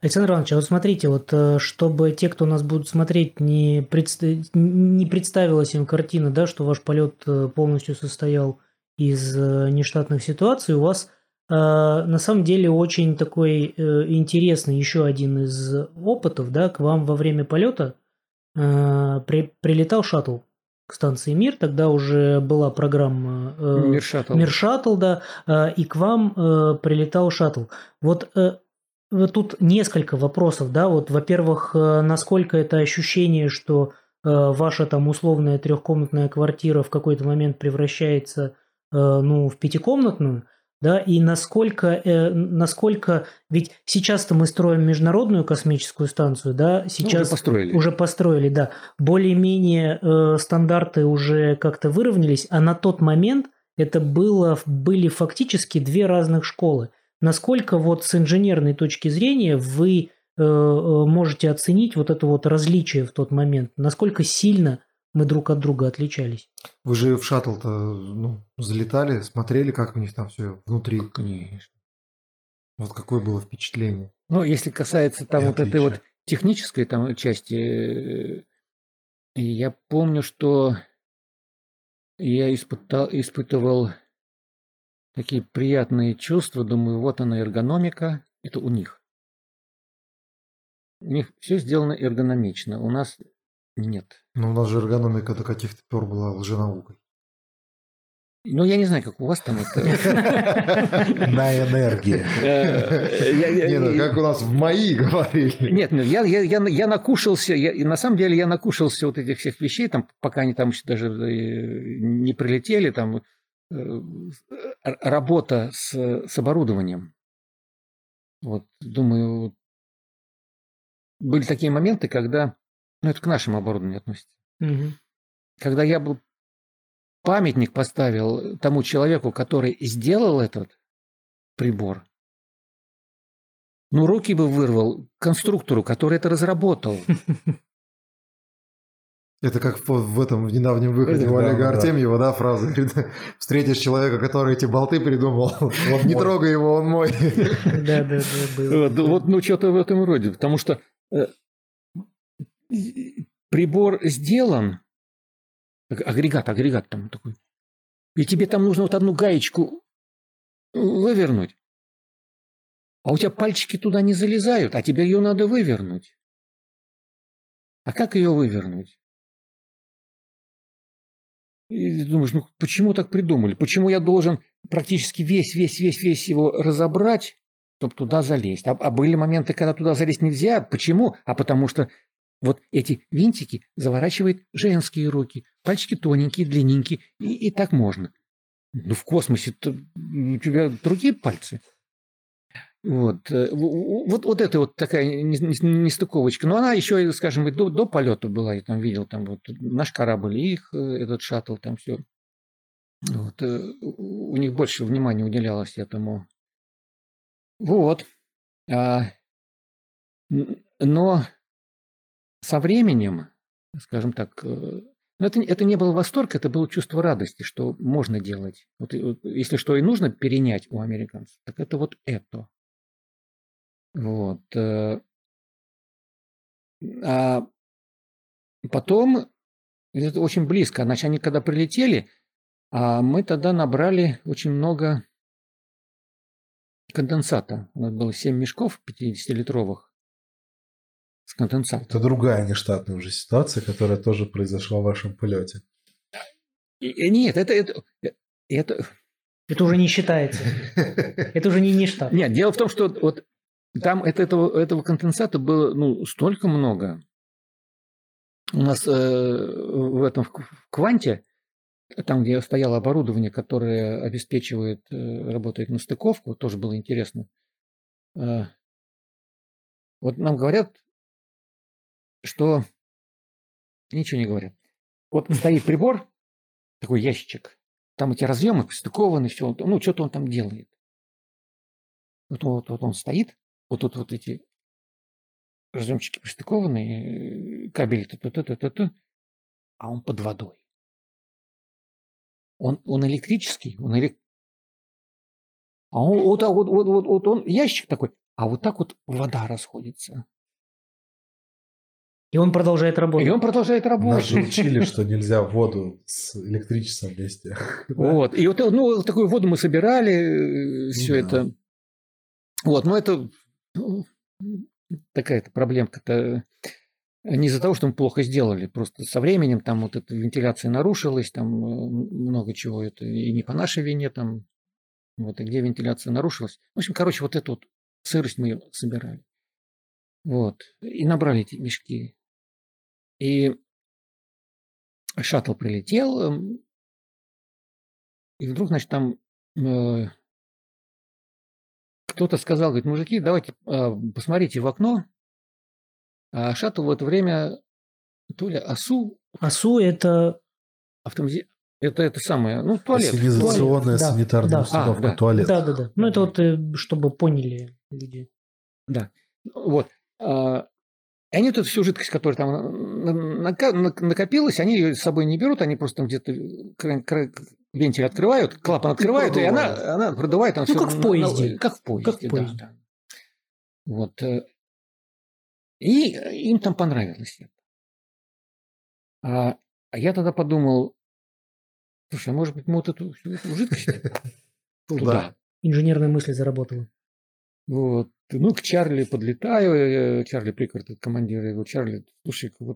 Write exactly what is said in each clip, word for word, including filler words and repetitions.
Александр Иванович, а вот смотрите, вот э, чтобы те, кто нас будут смотреть, не, предста- не представилась им картина, да, что ваш полет э, полностью состоял из э, нештатных ситуаций, у вас э, на самом деле очень такой э, интересный еще один из опытов, да, к вам во время полета э, при- прилетал шаттл к станции Мир, тогда уже была программа э, Мир шаттл. Мир шаттл, да, э, и к вам э, прилетал шаттл. Вот э, вот тут несколько вопросов, да, вот, во-первых, э, насколько это ощущение, что э, ваша там условная трехкомнатная квартира в какой-то момент превращается, э, ну, в пятикомнатную, да, и насколько, э, насколько, ведь сейчас-то мы строим международную космическую станцию, да, Ну, уже сейчас построили. уже построили, да, более-менее э, стандарты уже как-то выровнялись, а на тот момент это было, были фактически две разных школы. Насколько вот с инженерной точки зрения вы э, э, можете оценить вот это вот различие в тот момент? Насколько сильно мы друг от друга отличались? Вы же в шаттл-то, ну, залетали, смотрели, как у них там все внутри. Конечно. Вот какое было впечатление? Ну, если касается там И вот этой вот отличие. технической там части, э, я помню, что я испытал, испытывал такие приятные чувства. Думаю, вот она эргономика, это у них. У них все сделано эргономично, у нас нет. Но у нас же эргономика до каких-то пор была лженаукой. Ну, я не знаю, как у вас там это. На энергии. Не, ну как у нас в МАИ говорили. Нет, ну, я, я, я, я накушался, я, и на самом деле я накушался вот этих всех вещей, там, пока они там еще даже э, не прилетели, там, э, работа с, с оборудованием. Вот, думаю, были такие моменты, когда, ну, это к нашему оборудованию относится, Угу. когда я был памятник поставил тому человеку, который сделал этот прибор, ну, руки бы вырвал конструктору, который это разработал. Это как в, в этом в недавнем выходе у Олега Артемьева, да, фраза. Встретишь человека, который эти болты придумал, вот не трогай его, он мой. Да, да, да. Вот, ну, что-то в этом роде. Потому что прибор сделан, агрегат, агрегат там такой, и тебе там нужно вот одну гаечку вывернуть, а у тебя пальчики туда не залезают, а тебе ее надо вывернуть. А как ее вывернуть? И ты думаешь, ну почему так придумали? Почему я должен практически весь, весь, весь, весь его разобрать, чтобы туда залезть? А, а были моменты, когда туда залезть нельзя. Почему? А потому что вот эти винтики заворачивают женские руки. Пальчики тоненькие, длинненькие, и, и так можно. Ну, в космосе у тебя другие пальцы. Вот. Вот, вот это вот такая нестыковочка. Но она еще, скажем, до, до полета была. Я там видел, там вот наш корабль, их, этот шаттл, там все. Вот. У них больше внимания уделялось этому. Вот. Но со временем, скажем так, но это, это не был восторг, это было чувство радости, что можно делать. Вот, вот, если что и нужно перенять у американцев, так это вот это. Вот. А потом, это очень близко, значит, они когда прилетели, а мы тогда набрали очень много конденсата. У нас было семь мешков пятидесятилитровых с конденсатом. Это другая нештатная уже ситуация, которая тоже произошла в вашем полете. И, нет, это, это, это... Это уже не считается. Это уже не ништат. Нет, дело в том, что вот там это, этого, этого конденсата было ну, столько много. У нас э, в этом в кванте, там, где стояло оборудование, которое обеспечивает, э, работает на стыковку, тоже было интересно. Э, вот нам говорят, что... Ничего не говорят. Вот стоит прибор, такой ящичек, там эти разъемы стыкованы, все, ну, что-то он там делает. Вот, вот, вот он стоит, вот тут вот эти разъемчики пристыкованы, кабели, т -т -т -т -т -т, а он под водой. Он, он электрический, он элек... а он, вот, вот, вот, вот, вот он ящик такой, а вот так вот вода расходится. И он продолжает работать. И он продолжает Нас работать. же учили, что нельзя воду с электричеством вместе. Вот. И вот ну, такую воду мы собирали, все Да. это. Вот, но это ну, такая-то проблемка-то не из-за того, что мы плохо сделали. Просто со временем там вот эта вентиляция нарушилась, там э, много чего это и не по нашей вине там. Вот, и где вентиляция нарушилась. В общем, короче, вот эту вот сырость мы собирали. Вот. И набрали эти мешки. И шаттл прилетел, эм, и вдруг, значит, там э, кто-то сказал, говорит, мужики, давайте э, посмотрите в окно. А шаттл в это время то ли ОСУ, АСУ – это… автомати... это, это самое, ну, туалет. Ассенизационная Да, санитарная да. установка, А, да. туалет. Да-да-да. Ну, это вот, э, чтобы поняли люди. Да. Вот. А, И они тут всю жидкость, которая там на- нака- на- накопилась, они ее с собой не берут, они просто там где-то кран- кран- вентиль открывают, клапан открывают, и она, она продувает. Там Ну, всё как в на- поезде. на- как в поезде, Как в да, поезде. да. Вот. э, И им там понравилось это. А, а я тогда подумал, слушай, а может быть, мы вот эту, всю эту жидкость туда. Инженерная мысль заработала. Вот. Ну, к Чарли подлетаю, э, Чарли Прикард, это командир, я говорю, Чарли, слушай, вот,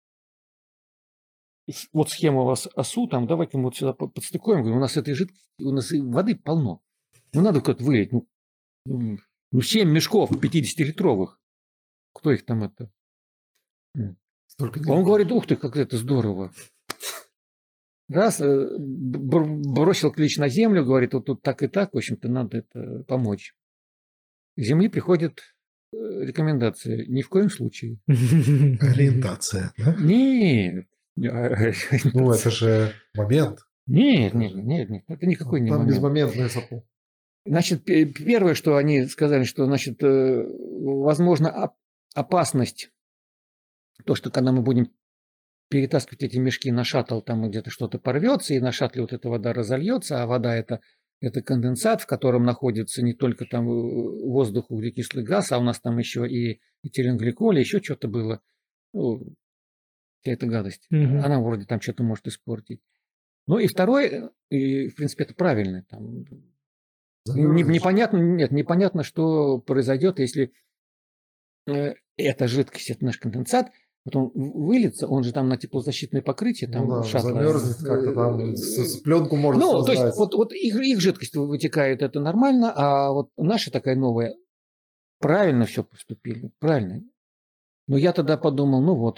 с- вот схема у вас ОСУ, там, давайте мы вот сюда по- подстыкуем, говорю, у нас этой жидкости, у нас и воды полно. Ну, надо как-то вылить, ну, ну, ну, семь мешков пятидесятилитровых. Кто их там это? М. Столько Он говорит, ух ты, как это здорово. Раз, э, бр- бросил ключ на землю, говорит, вот тут так и так, в общем-то, надо это помочь. С земли приходит э, рекомендация, ни в коем случае. Ориентация, да? Нет. Ну, это же момент. Нет, нет, нет, нет, это никакой не Там момент. безмоментное сапу. Значит, п- первое, что они сказали, что, значит, э, возможно, оп- опасность, то, что когда мы будем перетаскивать эти мешки на шаттл, там где-то что-то порвется, и на шаттле вот эта вода разольется, а вода это, это конденсат, в котором находится не только там э, воздух, углекислый газ, а у нас там еще и этиленгликоль, еще что-то было. Ну, вся эта гадость. Мгм. Она вроде там что-то может испортить. Ну и второе, и, в принципе, это правильно. Там, не- Замерзнешь. непонятно, нет, непонятно, что произойдет, если э, эта жидкость, это наш конденсат, вот он в- выльется, он же там на теплозащитное покрытие, там Ну да, шаттла. замерзнет как-то там, с- с пленку может Ну, то создать. есть вот, вот их, их жидкость вытекает, это нормально, а вот наша такая новая, правильно все поступили, правильно. Но я тогда подумал, ну вот,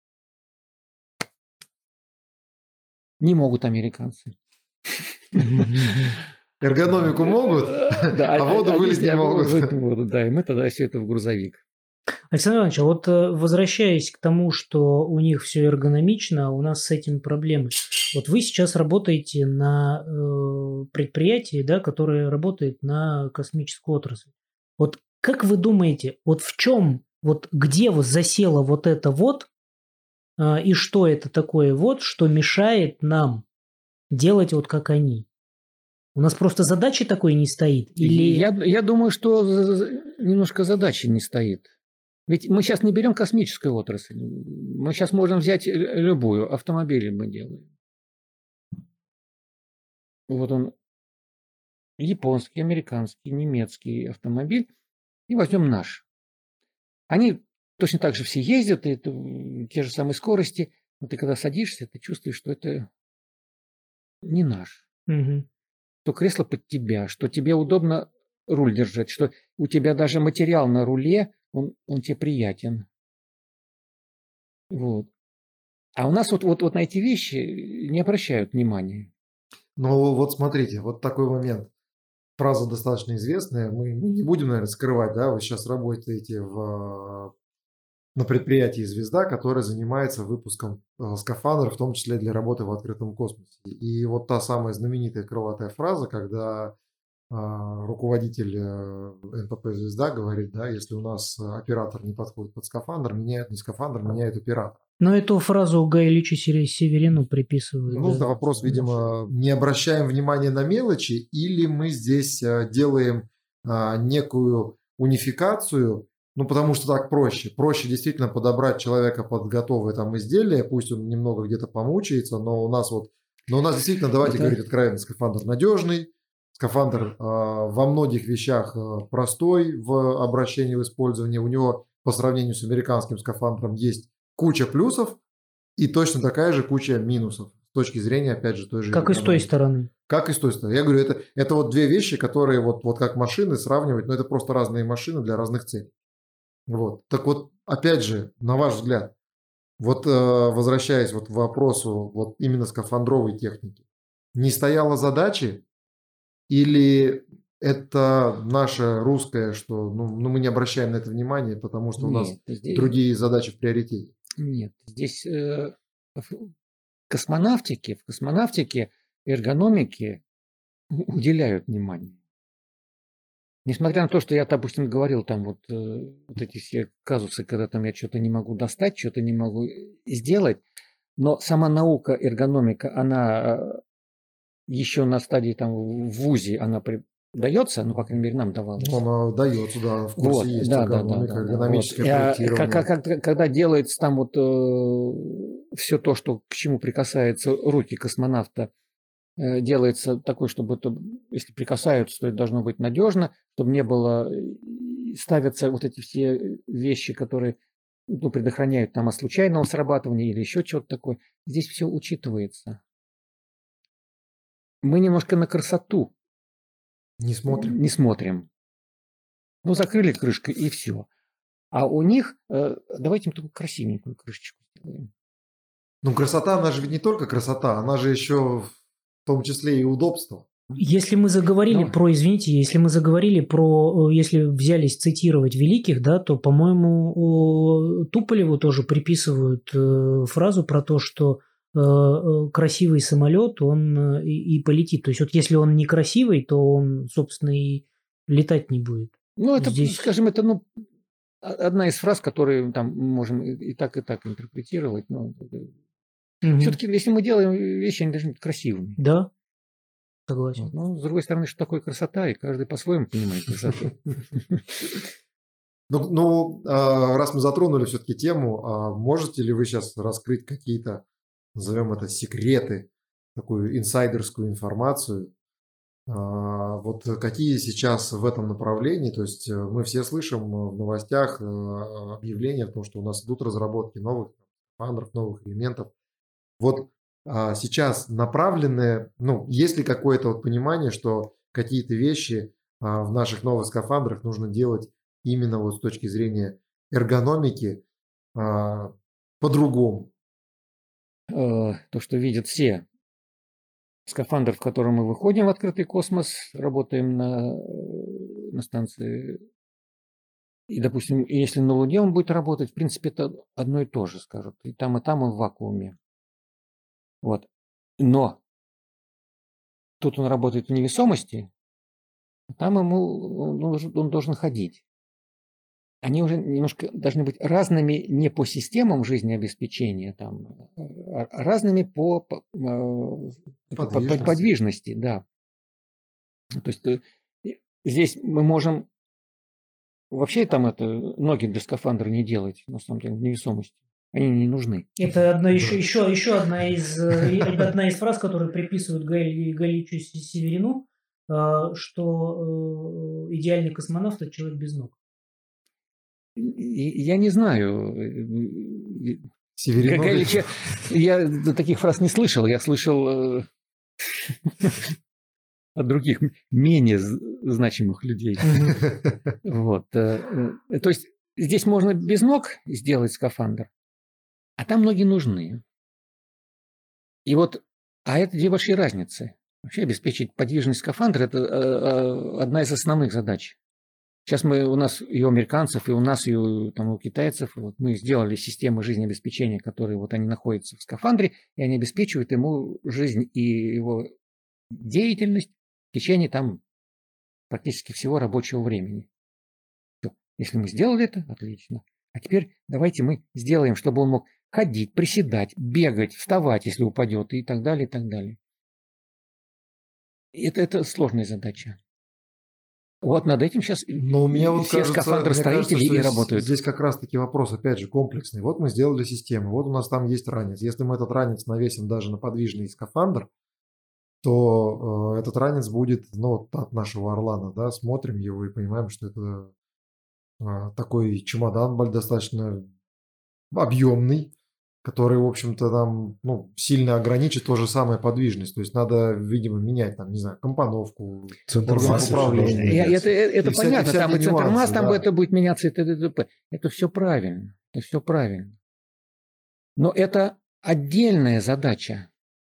не могут американцы. Эргономику могут, Да, а воду они вылить не сделали- могут. вылить не могут, да, и мы тогда все это в грузовик. Александр Иванович, а вот э, возвращаясь к тому, что у них все эргономично, а у нас с этим проблемы. Вот вы сейчас работаете на э, предприятии, да, которое работает на космическую отрасль. Вот как вы думаете, вот в чем, вот где вот засело вот это вот, э, и что это такое вот, что мешает нам делать вот как они? У нас просто задачи такой не стоит? Или… Я, я думаю, что за- за- немножко задачи не стоит. Ведь мы сейчас не берем космическую отрасль. Мы сейчас можем взять э, любую. Автомобили мы делаем. Вот он японский, американский, немецкий автомобиль. И возьмем наш. Они точно так же все ездят, и это, м, те же самые скорости. Но ты когда садишься, ты чувствуешь, что это не наш. Мгм. Что кресло под тебя, что тебе удобно руль держать, что у тебя даже материал на руле, он, он тебе приятен. Вот. А у нас вот, вот, вот на эти вещи не обращают внимания. Ну вот смотрите, вот такой момент. Фраза достаточно известная, мы, мы не будем, наверное, скрывать, да, вы сейчас работаете в, на предприятии «Звезда», которое занимается выпуском э, скафандров, в том числе для работы в открытом космосе. И вот та самая знаменитая крылатая фраза, когда э, руководитель э, эн пэ пэ «Звезда» говорит, да, если у нас оператор не подходит под скафандр, меняют не скафандр, меняют оператор. Но эту фразу Гаю Ильичу Северину приписывают. Ну, да. да, вопрос, видимо, не обращаем внимания на мелочи, или мы здесь а, делаем а, некую унификацию, ну, потому что так проще. Проще действительно подобрать человека под готовое там изделие, пусть он немного где-то помучается, но у нас вот, но у нас действительно, давайте Это- говорить откровенно, скафандр надежный, скафандр а, во многих вещах а, простой в обращении, в использовании. У него по сравнению с американским скафандром есть куча плюсов и точно такая же куча минусов с точки зрения, опять же, той же Как и с той эргономики. стороны. Как и с той стороны. Я говорю, это, это вот две вещи, которые вот, вот как машины сравнивать, но это просто разные машины для разных целей. Вот. Так вот, опять же, на ваш взгляд, вот э, возвращаясь вот к вопросу вот именно скафандровой техники, не стояла задачи или это наше русское, что ну, ну, мы не обращаем на это внимания, потому что у нас Нет, здесь, другие задачи в приоритете? нет, здесь э, в космонавтике, в космонавтике эргономике у- уделяют внимание. Несмотря на то, что я, допустим, говорил там вот, э, вот эти все казусы, когда там я что-то не могу достать, что-то не могу сделать, но сама наука, эргономика, она э, еще на стадии там в ВУЗе она преподается, ну, по крайней мере, нам давалось. Ну, она дается, да, в курсе Вот, есть да, да, да, эргономика, да, да, эргономическое вот. А, проектирование. как- как- Когда делается там вот все то, что к чему прикасается руки космонавта, э, делается такое, чтобы это, если прикасаются, то это должно быть надежно, чтобы не было, э, ставятся вот эти все вещи, которые ну, предохраняют там от случайного срабатывания или еще чего-то такое. Здесь все учитывается. Мы немножко на красоту Не смотрим. не смотрим. Ну, закрыли крышкой и все. А у них, э, давайте им такую красивенькую крышечку сделаем. Ну, красота, она же ведь не только красота, она же еще в том числе и удобство. Если мы заговорили Ну. про, извините, если мы заговорили про, э, если взялись цитировать великих, да, то, по-моему, о, Туполеву тоже приписывают э, фразу про то, что э, э, красивый самолет, он э, и, и полетит. То есть вот если он некрасивый, то он, собственно, и летать не будет. Ну, это, Здесь- скажем, это ну, о- одна из фраз, которые там можем и и так, и так интерпретировать. Но Мгм. все-таки, если мы делаем вещи, они должны быть красивыми. Да, согласен. Вот. Но, с другой стороны, что такое красота, и каждый по-своему понимает красоту. Ну, ну, а, раз мы затронули все-таки тему, а можете ли вы сейчас раскрыть какие-то, назовем это, секреты, такую инсайдерскую информацию? А, Вот какие сейчас в этом направлении, то есть э, мы все слышим в новостях э, объявления о том, что у нас идут разработки новых скафандров, новых элементов. Вот а, сейчас направленные, ну, есть ли какое-то вот понимание, что какие-то вещи а, в наших новых скафандрах нужно делать именно вот с точки зрения эргономики а, по-другому? Э, То, что видят все. Скафандр, в котором мы выходим в открытый космос, работаем на, э, на станции. И, допустим, если на Луне он будет работать, в принципе, это одно и то же, скажут. И там, и там он в вакууме. Вот. Но тут он работает в невесомости, а там ему он должен, он должен ходить. Они уже немножко должны быть разными не по системам жизнеобеспечения, там, а разными по, по, э, по- по- Подвижности. подвижности, да. То есть э, и здесь мы можем вообще там это ноги для скафандра не делать, на самом деле, в невесомости. Они не нужны. Это одна, еще, Да. еще, еще одна из, э, это одна из фраз, которые приписывают Галь- Галичу Северину, э, что э, идеальный космонавт – это человек без ног. И- и Я не знаю. э, Северино- Галича, я таких фраз не слышал. Я слышал э, от других м- менее з- значимых людей. Вот. э, э, То есть здесь можно без ног сделать скафандр, а там ноги нужны. И вот, а это две большие разницы. Вообще обеспечить подвижность скафандра – это э, э, одна из основных задач. Сейчас мы, у нас и у американцев, и у нас, и у, там, у китайцев, вот мы сделали системы жизнеобеспечения, которые вот они находятся в скафандре, и они обеспечивают ему жизнь и его деятельность в течение там практически всего рабочего времени. Всё. Если мы сделали это, отлично. А теперь давайте мы сделаем, чтобы он мог ходить, приседать, бегать, вставать, если упадет, и так далее, и так далее. И Это, это сложная задача. Вот над этим сейчас Но у меня вот все кажется, скафандростроители мне кажется, и что работают. Здесь как раз-таки вопрос, опять же, комплексный. Вот мы сделали систему, вот у нас там есть ранец. Если мы этот ранец навесим даже на подвижный скафандр, то э, этот ранец будет, ну, от нашего Орлана, да, смотрим его и понимаем, что это э, такой чемодан достаточно объемный, который, в общем-то, нам, ну, сильно ограничит то же самое подвижность. То есть надо, видимо, менять, там, не знаю, компоновку, Центр орган массы управления. И меняться. Это, это И всякие- понятно, там и всякие центр масс, нюансы, там да. это будет меняться, и т.д. и т.п. Это все правильно, это все правильно. Но это отдельная задача,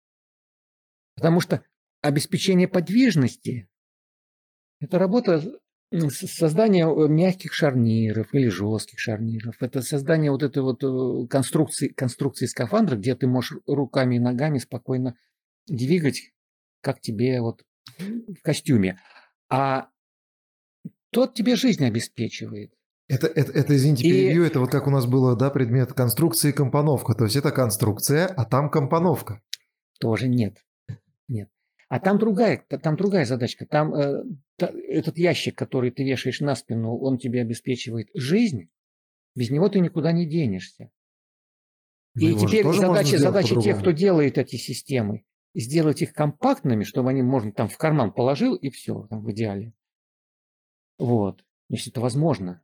потому что обеспечение подвижности – это работа ну, с- создание мягких шарниров или жестких шарниров. Это создание вот этой вот э, конструкции, конструкции скафандра, где ты можешь руками и ногами спокойно двигать, как тебе вот в костюме. А тот тебе жизнь обеспечивает. Это, это, это, извините, И- перебью, это вот как у нас было, да, предмет конструкции и компоновка. То есть это конструкция, а там компоновка. Тоже нет. Нет. А там другая, там другая задачка. Там э, та- этот ящик, который ты вешаешь на спину, он тебе обеспечивает жизнь. Без него ты никуда не денешься. Но И его же теперь тоже можно задача, сделать задача тех, по-другому. кто делает эти системы, сделать их компактными, чтобы они можно там в карман положил и все, там, в идеале. Вот. Если это возможно.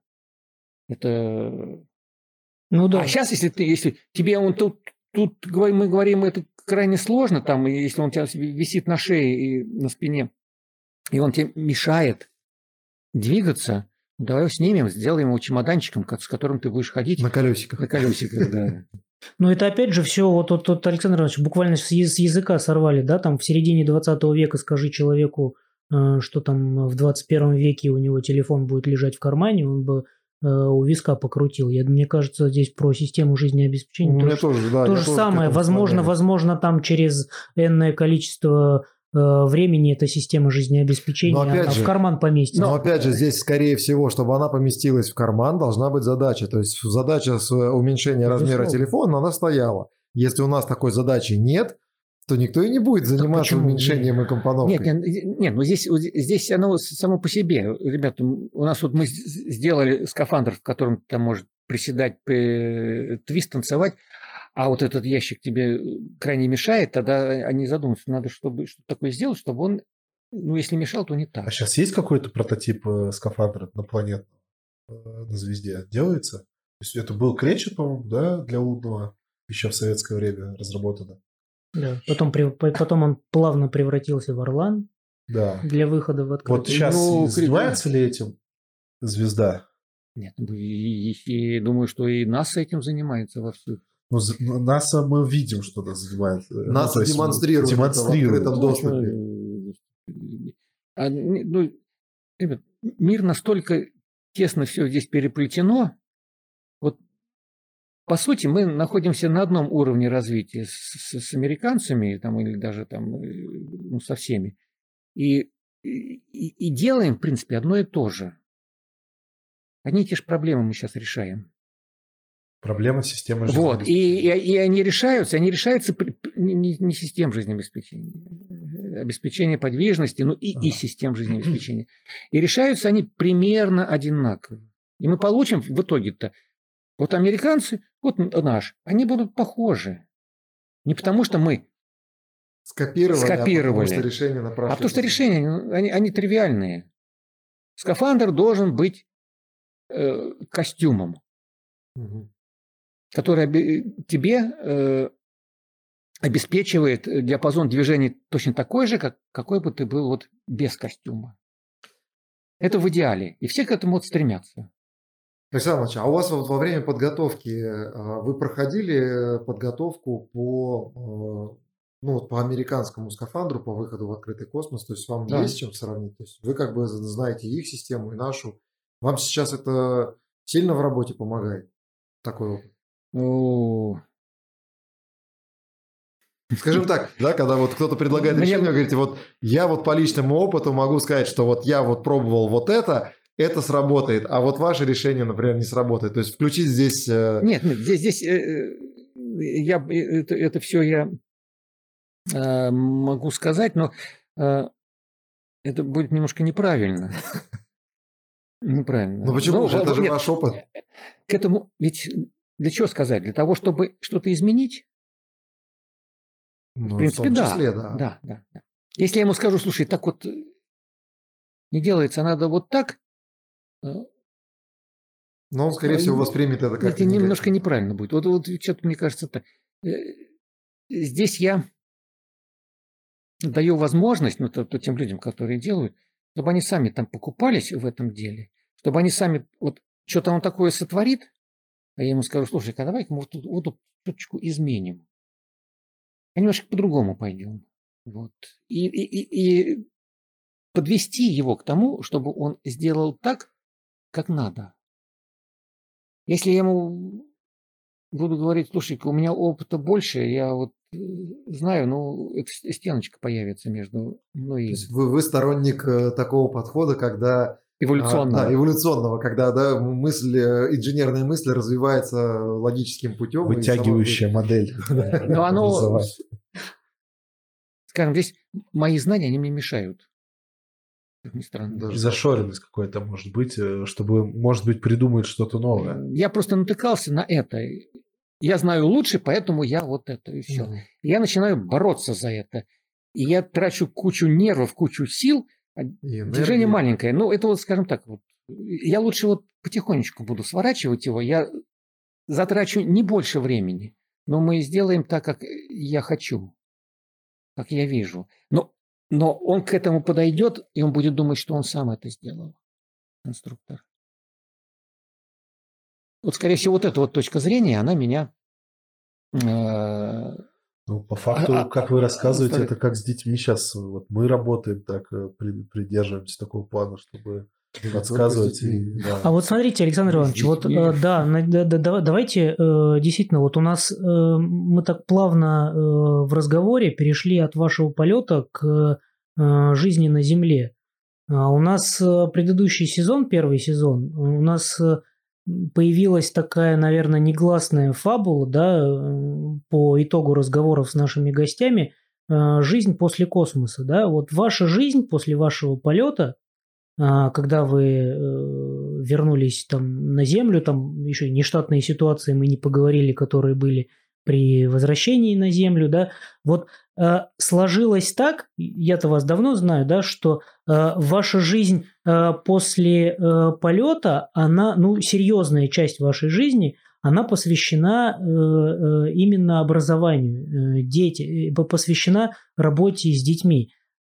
Это Ну да. А сейчас, если ты, если тебе он тут, тут говорим, мы говорим, это крайне сложно, там, и если он у тебя висит на шее и на спине, и он тебе мешает двигаться, давай его снимем, сделаем его чемоданчиком, как- с которым ты будешь ходить На колесиках. на колесиках, да. Ну, это опять же все, вот тут вот, Александр Иванович, буквально с, яз- с языка сорвали, да, там в середине двадцатого века скажи человеку, э, что там в двадцать первом веке у него телефон будет лежать в кармане, он бы э, у виска покрутил. Я, мне кажется, здесь про систему жизнеобеспечения У меня тоже, тоже, да, то я же тоже к самое. этому Возможно, склоняюсь. возможно, там через энное количество э, времени эта система жизнеобеспечения, Но опять она же- в карман поместится. Но опять же, здесь, скорее всего, чтобы она поместилась в карман, должна быть задача. То есть задача с уменьшения размера Безусловно. телефона, она стояла. Если у нас такой задачи нет, то никто и не будет заниматься почему? уменьшением и компоновкой. Нет, нет, нет, ну здесь, вот здесь оно само по себе. Ребята, у нас вот мы с- сделали скафандр, в котором там может приседать, э, твист танцевать, а вот этот ящик тебе крайне мешает, тогда они задумаются, надо чтобы что-то такое сделать, чтобы он, ну если мешал, то не так. А сейчас есть какой-то прототип э, скафандра инопланетного э, на звезде? Делается? То есть это был кречет, по-моему, да, для лунного, еще в советское время разработано. Да. Потом, при- по- потом он плавно превратился в Орлан Да. для выхода в Вот открытый. сейчас Ну, занимается ли этим звезда? Нет, ну, и, и- и думаю, что и НАСА этим занимается вовсю. Ну, з- НАСА мы видим, что она занимается. Ну, НАСА то есть, демонстрирует это в демонстрирует. открытом Ну, доступе. что, а, не- ну, ребят, мир настолько тесно все здесь переплетено. Вот по сути мы находимся на одном уровне развития с, с- с американцами там, или даже там, э, ну, со всеми. И, и, и делаем, в принципе, одно и то же. Одни и те же проблемы мы сейчас решаем. Проблема системы Вот, и, жизнеобеспечения. и, и они решаются, они решаются при- при- не, не- не систем жизнеобеспечения, обеспечения подвижности, ну и, и Ага. систем жизнеобеспечения. И решаются они примерно одинаково. И мы получим в итоге-то, вот американцы, вот наш, они будут похожи. Не потому что мы, Скопировали, Скопировали. а потому что решение а напрашивается. потому что решения, ну, они, они тривиальные. Скафандр должен быть э, костюмом, Мгм. который обе- тебе э, обеспечивает диапазон движений точно такой же, как какой бы ты был вот без костюма. Это в идеале. И все к этому вот стремятся. Александр Иванович, а у вас вот во время подготовки а, вы проходили подготовку по, э, ну, вот по американскому скафандру, по выходу в открытый космос? То есть вам Да. есть с чем сравнить? То есть вы как бы знаете их систему и нашу. Вам сейчас это сильно в работе помогает? Такой опыт? Ну, Скажем так, да, когда вот кто-то предлагает Мне- решение, вы говорите, вот я вот по личному опыту могу сказать, что вот я вот пробовал вот это, это сработает, а вот ваше решение, например, не сработает. То есть включить здесь... э, Нет, нет, здесь, здесь э, э, я, э, это, это все я э, могу сказать, но э, это будет немножко неправильно. Неправильно. Ну почему Ну, же? Это вот же нет, ваш опыт. К этому ведь для чего сказать? Для того, чтобы что-то изменить? В Ну, в принципе, том да. числе, да. Да, да, да. Если я ему скажу, слушай, так вот э, не делается, надо вот так, э, Но он, скорее всего, воспримет это это как-то немножко негативно. неправильно будет. Вот, вот что-то мне кажется так. Э, Здесь я даю возможность, ну, то- то тем людям, которые делают, чтобы они сами там покупались в этом деле, чтобы они сами, вот что-то он такое сотворит, а я ему скажу, слушай-ка, давай-ка мы вот тут вот тут чуточку изменим. А немножко по-другому пойдем. Вот. И, и, и, и подвести его к тому, чтобы он сделал так, как надо. Если я ему буду говорить, слушай-ка, у меня опыта больше, я вот э, знаю, ну, эта с- стеночка появится между мной То и есть вы, вы сторонник э, такого подхода, когда а, да, эволюционного. эволюционного, когда да, мысль, э, инженерная мысль развивается логическим путем. и сама вы- Вытягивающая модель. Но оно, образовать. скажем, здесь мои знания, они мне мешают. Как ни странно. Даже И так. зашоренность какой-то может быть, э, чтобы, может быть, придумать что-то новое. Я просто натыкался на это. Я знаю лучше, поэтому я вот это и все. Мгм. Я начинаю бороться за это. И я трачу кучу нервов, кучу сил, а И движение энергии. маленькое. Ну, это вот, скажем так, вот. Я лучше вот потихонечку буду сворачивать его. Я затрачу не больше времени, но мы сделаем так, как я хочу, как я вижу. Но, но он к этому подойдет, и он будет думать, что он сам это сделал, конструктор. Вот, скорее всего, вот эта вот точка зрения, она меня э, Ну, по факту, А- а- как вы рассказываете, а- это как с детьми сейчас. Вот мы работаем так, э, при- придерживаемся такого плана, чтобы Да не подсказывать. только с детьми. И, да. А вот смотрите, Александр С Иванович, вот детьми. э, да, на- да, да, да, давайте э, действительно, вот у нас э, мы так плавно э, в разговоре перешли от вашего полета к э, жизни на Земле. А у нас э, предыдущий сезон, первый сезон, у нас э, появилась такая, наверное, негласная фабула, да, э, по итогу разговоров с нашими гостями, э, жизнь после космоса, да, вот ваша жизнь после вашего полета, а, когда вы э, вернулись там на Землю, там еще нештатные ситуации мы не поговорили, которые были при возвращении на Землю, да, вот э, сложилось так, я-то вас давно знаю, да, что э, ваша жизнь э, после э, полета, она, ну, серьезная часть вашей жизни, она посвящена э, э, именно образованию, э, дети, э, посвящена работе с детьми.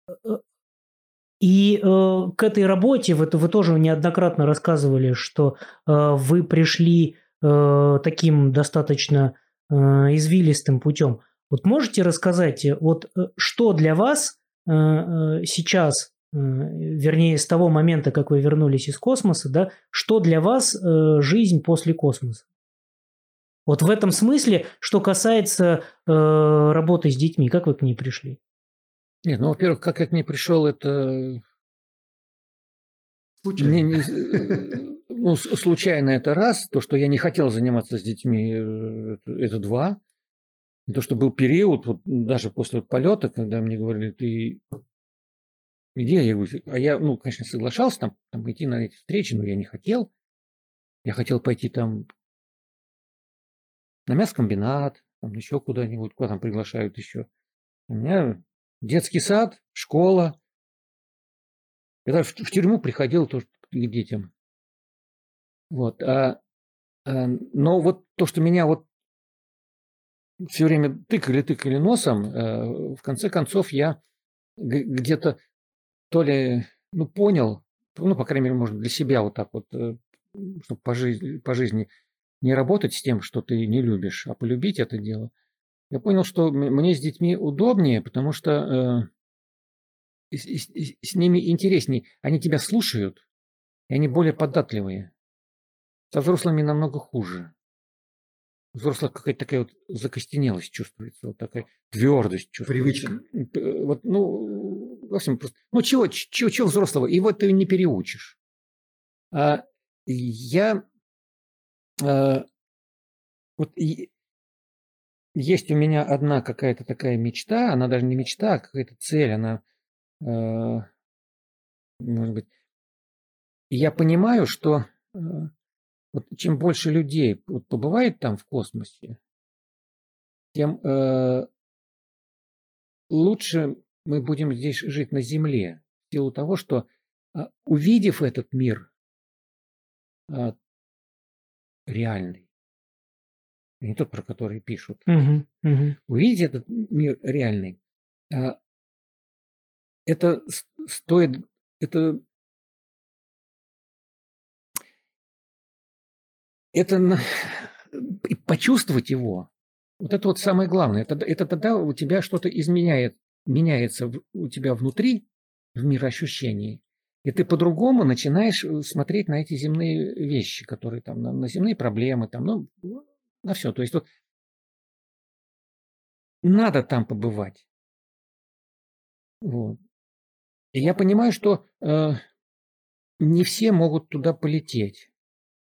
И э, к этой работе вы, вы тоже неоднократно рассказывали, что э, вы пришли э, таким достаточно э, извилистым путем. Вот можете рассказать, э, вот э, что для вас э, э, сейчас, э, вернее, с того момента, как вы вернулись из космоса, да, что для вас э, жизнь после космоса? Вот в этом смысле, что касается э, работы с детьми, как вы к ней пришли? Нет, ну, во-первых, как я к ней пришел, это Случайно. не, не, э, ну, с- случайно это раз. То, что я не хотел заниматься с детьми, э, это, это два. И то, что был период, вот даже после вот полета, когда мне говорили, ты где? Я говорю, а я, ну, конечно, соглашался там, там идти на эти встречи, но я не хотел. Я хотел пойти там на мясокомбинат, там еще куда-нибудь, куда там приглашают еще. У меня детский сад, школа. Я даже в, в тюрьму приходил тоже к детям. Вот. А, а, но вот то, что меня вот все время тыкали, тыкали носом, э, в конце концов я г- где-то то ли, ну, понял, ну, по крайней мере, может, для себя вот так вот, чтобы по жизни, по жизни не работать с тем, что ты не любишь, а полюбить это дело. Я понял, что м- мне с детьми удобнее, потому что э, с, с- с ними интереснее. Они тебя слушают, и они более податливые. Со взрослыми намного хуже. У взрослых какая-то такая вот закостенелость чувствуется, вот такая твердость чувствуется. Привычка. П- Вот, ну, в общем, просто, ну, чего, чего, чего взрослого? Его ты не переучишь. А я, э, вот и- есть у меня одна какая-то такая мечта, она даже не мечта, а какая-то цель, она, э, может быть, И я понимаю, что э, вот чем больше людей вот побывает там в космосе, тем э, лучше мы будем здесь жить на Земле. В силу того, что а, увидев этот мир а, реальный, не тот, про который пишут, Мгм, мгм. увидеть этот мир реальный, а, это с- стоит, это, это на- и почувствовать его. Вот это вот самое главное. Это, это тогда у тебя что-то изменяет, меняется в- у тебя внутри, в мироощущении. И ты по-другому начинаешь э, смотреть на эти земные вещи, которые там, на, на земные проблемы, там, ну, на все. То есть вот надо там побывать. Вот. И я понимаю, что э, не все могут туда полететь.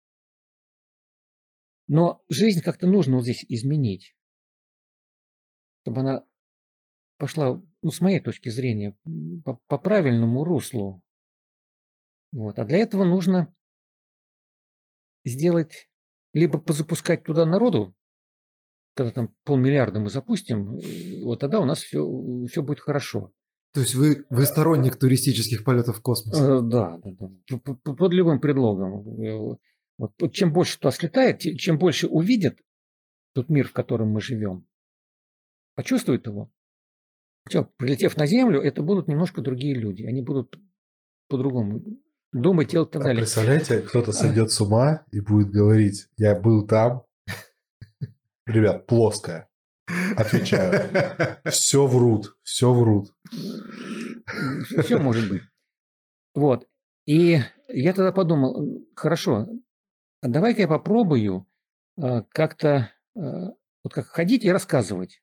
Но жизнь как-то нужно вот здесь изменить, чтобы она пошла, ну, с моей точки зрения, м, по, по правильному руслу. Вот. А для этого нужно сделать, либо позапускать туда народу, когда там полмиллиарда мы запустим, э, вот тогда у нас все, все будет хорошо. То есть вы, вы сторонник туристических полетов в космос? Э, Да, да, да. П- п- Под любым предлогом. Э, Вот, вот чем больше туда слетает, те- чем больше увидят тот мир, в котором мы живем, почувствуют его. Все, прилетев на Землю, это будут немножко другие люди. Они будут по-другому думать, делать и так А далее. представляете, кто-то А, сойдет с ума и будет говорить, я был там, ребят, плоская. Отвечаю, все врут, все врут. Все может быть. Вот. И я тогда подумал, м, хорошо, а давай-ка я попробую э, как-то э, вот как ходить и рассказывать,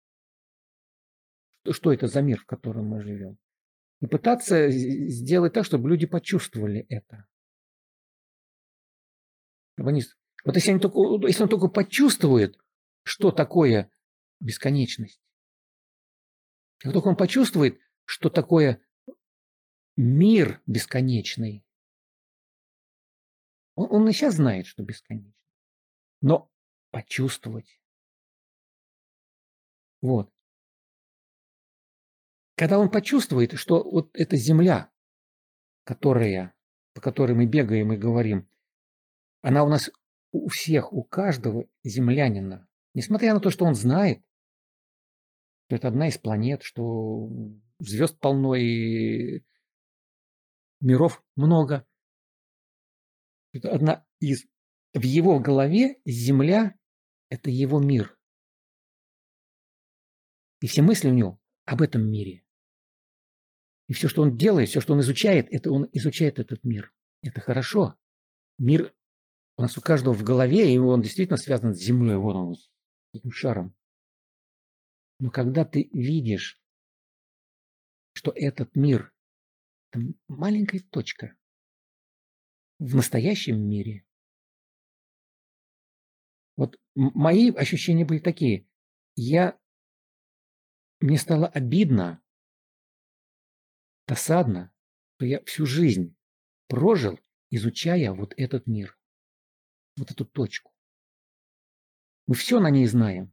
что что это за мир, в котором мы живем. И пытаться з- сделать так, чтобы люди почувствовали это. Чтобы они с- Вот если, они только, если он только почувствует, что такое бесконечность, как только он почувствует, что такое мир бесконечный, он, он и сейчас знает, что бесконечно, но почувствовать. Вот. Когда он почувствует, что вот эта земля, которая, по которой мы бегаем и говорим, она у нас у всех, у каждого землянина, несмотря на то, что он знает, что это одна из планет, что звезд полно и миров много, это одна из... В его голове Земля– это его мир. И все мысли у него об этом мире. И все, что он делает, все, что он изучает, это он изучает этот мир. Это хорошо. Мир у нас у каждого в голове, и он действительно связан с Землей, вот он, с этим шаром. Но когда ты видишь, что этот мир– это маленькая точка в настоящем мире, вот м- мои ощущения были такие. Я, мне стало обидно, досадно, что я всю жизнь прожил, изучая вот этот мир, вот эту точку. Мы все на ней знаем.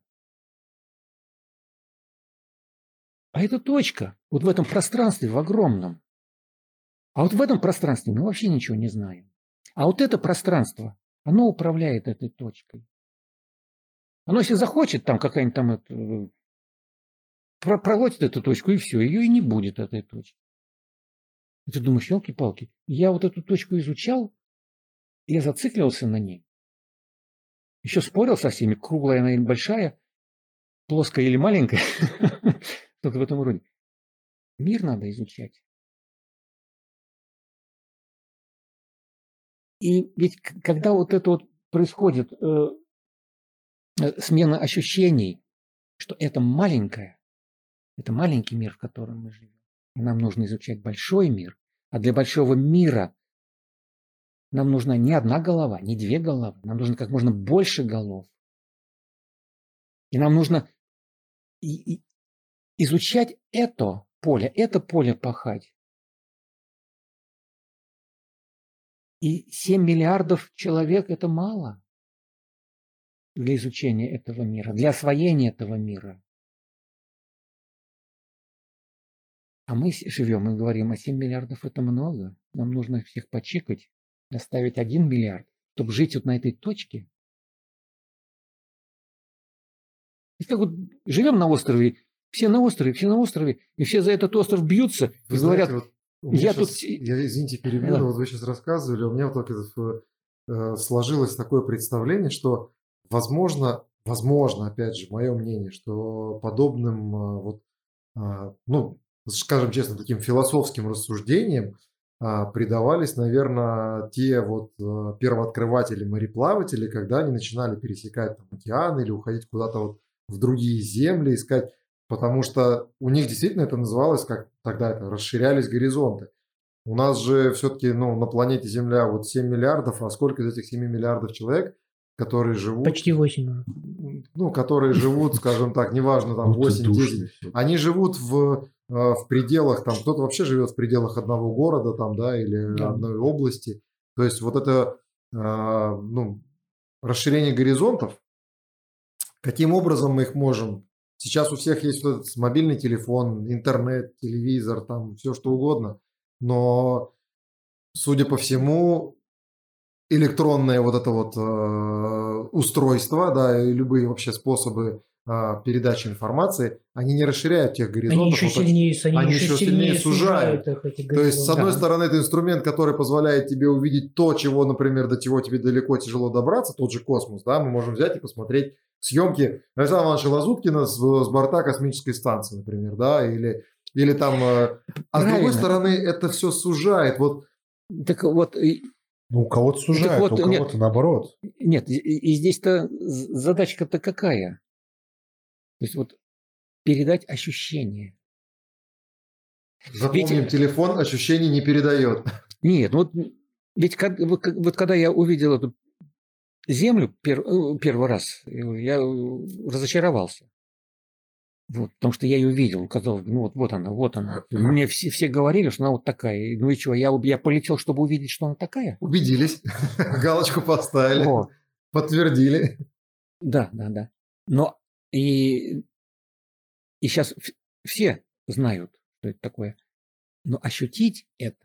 А эта точка вот в этом пространстве, в огромном, а вот в этом пространстве мы вообще ничего не знаем. А вот это пространство, оно управляет этой точкой. Оно, если захочет, там какая-нибудь там это, э, про- проглотит эту точку, и все, ее и не будет, этой точки. И ты думаешь, елки-палки, я вот эту точку изучал, я зацикливался на ней. Еще спорил со всеми, круглая она или большая, плоская или маленькая. Что-то в этом роде. Мир надо изучать. И ведь к- когда вот это вот происходит э, э, смена ощущений, что это маленькое, это маленький мир, в котором мы живем. И нам нужно изучать большой мир. А для большого мира нам нужна не одна голова, не две головы. Нам нужно как можно больше голов. И нам нужно и- и изучать это поле, это поле пахать. И семь миллиардов человек – это мало для изучения этого мира, для освоения этого мира. А мы живем и говорим, а семь миллиардов – это много. Нам нужно всех почикать, оставить один миллиард, чтобы жить вот на этой точке. И как вот живем на острове, все на острове, все на острове, и все за этот остров бьются Вы и знаете, говорят, вот у меня я щас- тут... я, извините, перебью, Да. но вот вы сейчас рассказывали, у меня вот только э, сложилось такое представление, что возможно, возможно, опять же, мое мнение, что подобным, э, вот, а, ну, скажем честно, таким философским рассуждениям а, предавались, наверное, те вот э, первооткрыватели, мореплаватели, когда они начинали пересекать там океаны или уходить куда-то вот в другие земли, искать, потому что у них действительно это называлось, как тогда это, расширялись горизонты. У нас же все-таки, ну, на планете Земля вот семь миллиардов, а сколько из этих семи миллиардов человек, которые живут, Почти восемь. ну, которые живут, скажем так, неважно, там Ну, ты восемь-десять, душный всё. они живут в, э, в пределах, там кто-то вообще живет в пределах одного города, там, да, или Да. одной области. То есть вот это, э, ну, расширение горизонтов, каким образом мы их можем? Сейчас у всех есть вот этот мобильный телефон, интернет, телевизор, там все что угодно, но, судя по всему, электронное вот это вот э, устройство, да, и любые вообще способы э, передачи информации, они не расширяют тех горизонтов. Они еще вот так- сильнее, они они еще еще сильнее сильнее сужают. сужают их, эти То есть, с горизонты. одной Да. стороны, это инструмент, который позволяет тебе увидеть то, чего, например, до чего тебе далеко тяжело добраться, тот же космос, да, мы можем взять и посмотреть съемки Александра Ивановича Лазуткина с, с борта космической станции, например, да, или, или там... э, А с другой Правильно. стороны, это все сужает. Вот Так вот, и- Ну, у кого-то сужает, вот, у нет. кого-то наоборот. нет, и, и здесь-то з- задачка-то какая? То есть вот передать ощущение. запомним, Ведь- телефон ощущений не передает. Нет, ну вот ведь как- вот как- вот когда я увидел эту Землю пер- э, первый раз, э, я э, разочаровался. Вот, потому что я ее видел, казалось, ну вот, вот она, вот она. Мне все, все говорили, что она вот такая. И, Ну и что, я, я полетел, чтобы увидеть, что она такая? Убедились, галочку поставили, О, подтвердили. да, да, да. Но и, и сейчас все знают, что это такое. Но ощутить это,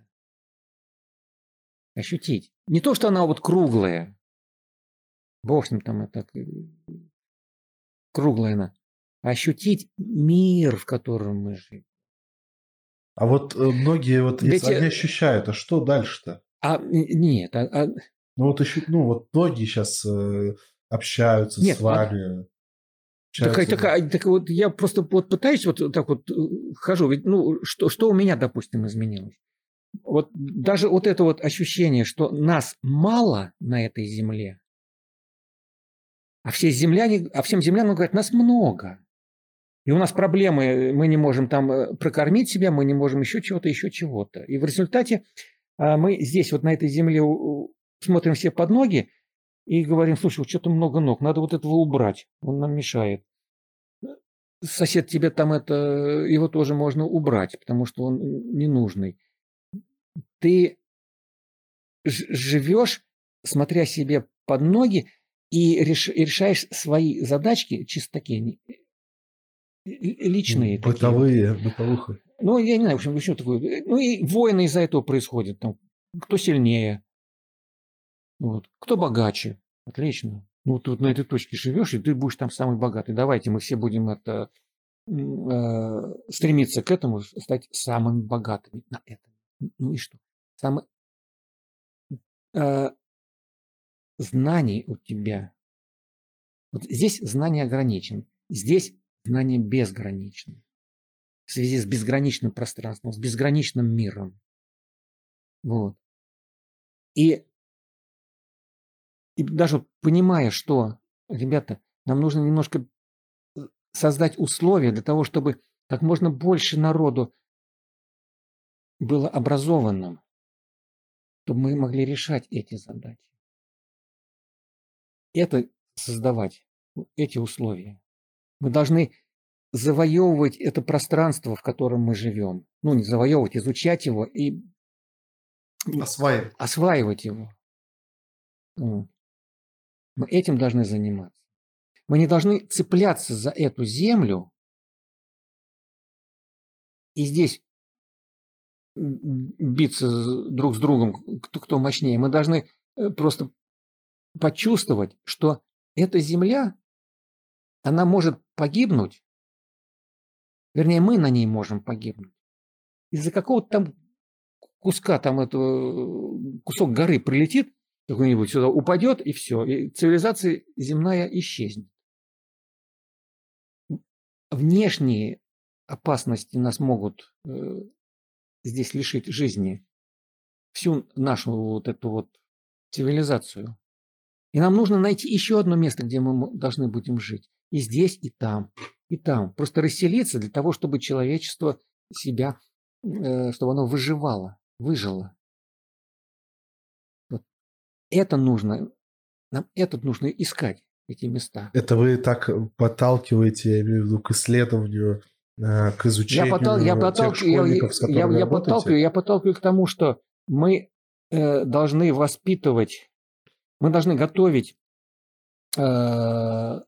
ощутить. Не то, что она вот круглая. Бог с ним там это э, круглая она. А ощутить мир, в котором мы живем. А вот э, многие, вот Ведь, если э, они ощущают, а что дальше-то? А н- нет, а, а- Ну, вот еще, ну, вот многие сейчас общаются Нет, с а- вами. такая, общаются- такая, так вот я просто вот пытаюсь вот так вот э, хожу. Ведь, ну, что, что у меня, допустим, изменилось? Вот даже вот это вот ощущение, что нас мало на этой земле, а все земляне, а всем землянам говорят, нас много. И у нас проблемы, мы не можем там э, прокормить себя, мы не можем еще чего-то, еще чего-то. И в результате а, мы здесь вот на этой земле у- у- смотрим все под ноги и говорим, слушай, вот что-то много ног, надо вот этого убрать, он нам мешает. Сосед тебе там это, его тоже можно убрать, потому что он ненужный. Ты ж- живешь, смотря себе под ноги, и реш- и решаешь свои задачки чисто такие, не- ли- личные такие. Бытовые, бытовуха. Ну, я не знаю, в общем, что такое. Ну, и войны из-за этого происходят. Там, кто сильнее, вот, кто богаче. Отлично. Ну, ты вот на этой точке живешь, и ты будешь там самый богатый. Давайте мы все будем это м, э, стремиться к этому, стать самыми богатыми на этом. Ну и что? Самый, э, знаний у тебя. Вот здесь знание ограничено. Здесь знание безгранично. В связи с безграничным пространством, с безграничным миром. Вот. И, и даже понимая, что, ребята, нам нужно немножко создать условия для того, чтобы как можно больше народу было образованным, чтобы мы могли решать эти задачи. Это создавать, эти условия. Мы должны завоевывать это пространство, в котором мы живем. Ну, не завоевывать, изучать его и Осваивать. осваивать его. Мы этим должны заниматься. Мы не должны цепляться за эту землю и здесь биться друг с другом, кто, кто мощнее. Мы должны просто почувствовать, что эта земля, она может погибнуть, вернее, мы на ней можем погибнуть. Из-за какого-то там куска, там этого, кусок горы прилетит, какой-нибудь сюда упадет, и все. И цивилизация земная исчезнет. Внешние опасности нас могут э, здесь лишить жизни. Всю нашу вот эту вот цивилизацию. И нам нужно найти еще одно место, где мы должны будем жить. И здесь, и там, и там. Просто расселиться для того, чтобы человечество себя, э, чтобы оно выживало, выжило. Вот. Это нужно, нам это нужно искать, эти места. Это вы так подталкиваете, я имею в виду, к исследованию, э, к изучению я потал, я тех школьников, с которыми я, вы я, работаете? подталкиваю, я подталкиваю к тому, что мы э, должны воспитывать, мы должны готовить э,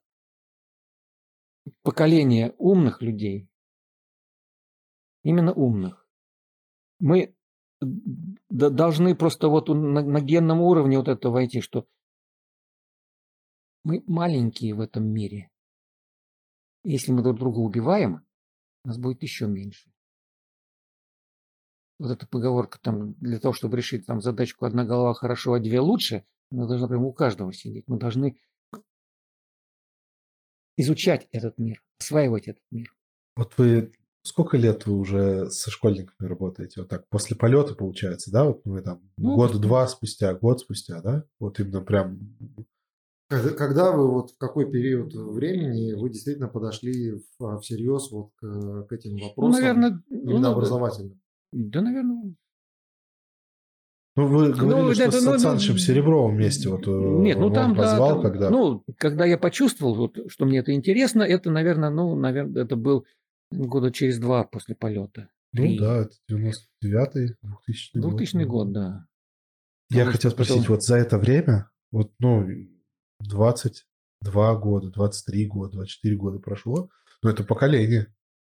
поколение умных людей, именно умных. Мы должны просто вот на, на генном уровне вот это войти, что мы маленькие в этом мире. Если мы друг друга убиваем, нас будет еще меньше. Вот эта поговорка там, для того, чтобы решить там задачку «одна голова хорошо, а две лучше», она должна прямо у каждого сидеть. Мы должны изучать этот мир, осваивать этот мир. Вот вы сколько лет вы уже со школьниками работаете? Вот так, после полета, получается, да? Вот мы там Ну, года два спустя, год спустя, да? Вот именно прям... Когда, когда вы, вот в какой период времени вы действительно подошли в, всерьез вот к, к этим вопросам, Ну, наверное, именно ну, образовательным? Да, наверное. Ну, вы говорили, Ну, что это, с ну, Александром ну, Серебровым вместе вот Нет, ну он там, да, позвал, там, когда... ну, когда я почувствовал, вот, что мне это интересно, это, наверное, ну, наверное, это был года через два после полета. Ну Три. да, это девяносто девятый, двухтысячный год. двухтысячный год, да. Я То хотел есть потом- спросить, вот за это время, вот, ну, двадцать два года, двадцать три года, двадцать четыре года прошло, но это поколение.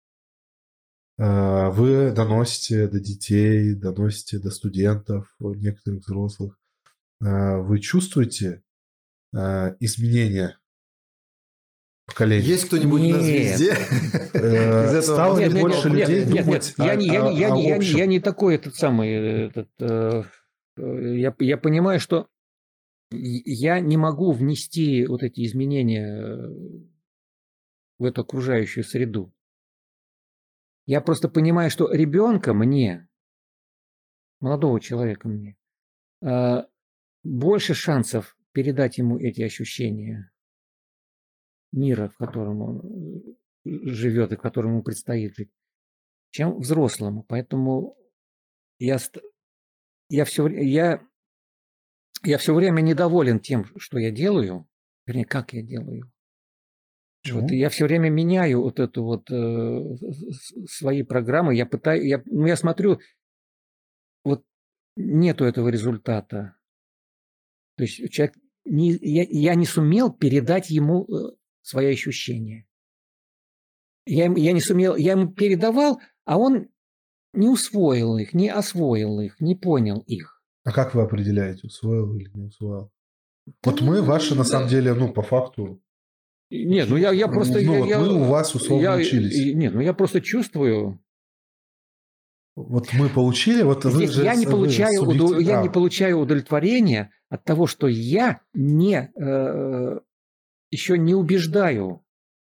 А, Вы доносите до детей, доносите до студентов, некоторых взрослых. А, Вы чувствуете а, изменения поколения? Есть кто-нибудь на Нет. звезде? Э, Из этого Стало ли Нет, нет, больше нет, людей нет, нет, думать нет, я о- не, я, о- не, я, о не, я, не, общем? я не такой этот самый, этот, э, э, я, я понимаю, что я не могу внести вот эти изменения в эту окружающую среду. Я просто понимаю, что ребенка мне, молодого человека мне, э, больше шансов передать ему эти ощущения мира, в котором он живет и в котором ему предстоит жить, чем взрослому. Поэтому я, ст- я, все, я, я все время недоволен тем, что я делаю, вернее, как я делаю. Почему? Вот, и я все время меняю вот эту вот э, с- свои программы. Я пытаюсь, я, ну, я смотрю, вот нету этого результата. То есть человек, не, я, я не сумел передать ему э, свои ощущения. Я, им- я не сумел, я ему передавал, а он не усвоил их, не освоил их, не понял их. А как вы определяете, усвоил или не усвоил? Вот Да, мы ваши, на да. самом деле, ну, по факту... Нет, ну я, я Ну, просто... ну, я, вот я- мы у вас условно я- учились. и- Нет, ну я просто чувствую. Вот мы получили, вот вы Здесь же... я не, вы получаю, уду- субъектив- я а, не получаю удовлетворения от того, что я не, э, еще не убеждаю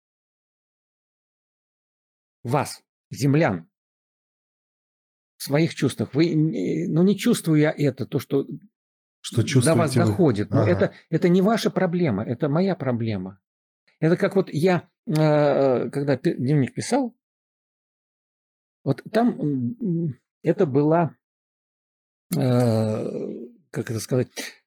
вас, землян, в своих чувствах. Вы, не- ну не чувствую я это, то, что Что до чувствуете вас вы? доходит. Но Ага. это, это не ваша проблема, это моя проблема. Это как вот я, э, когда пи- дневник писал, вот там м, это была, э, как это сказать,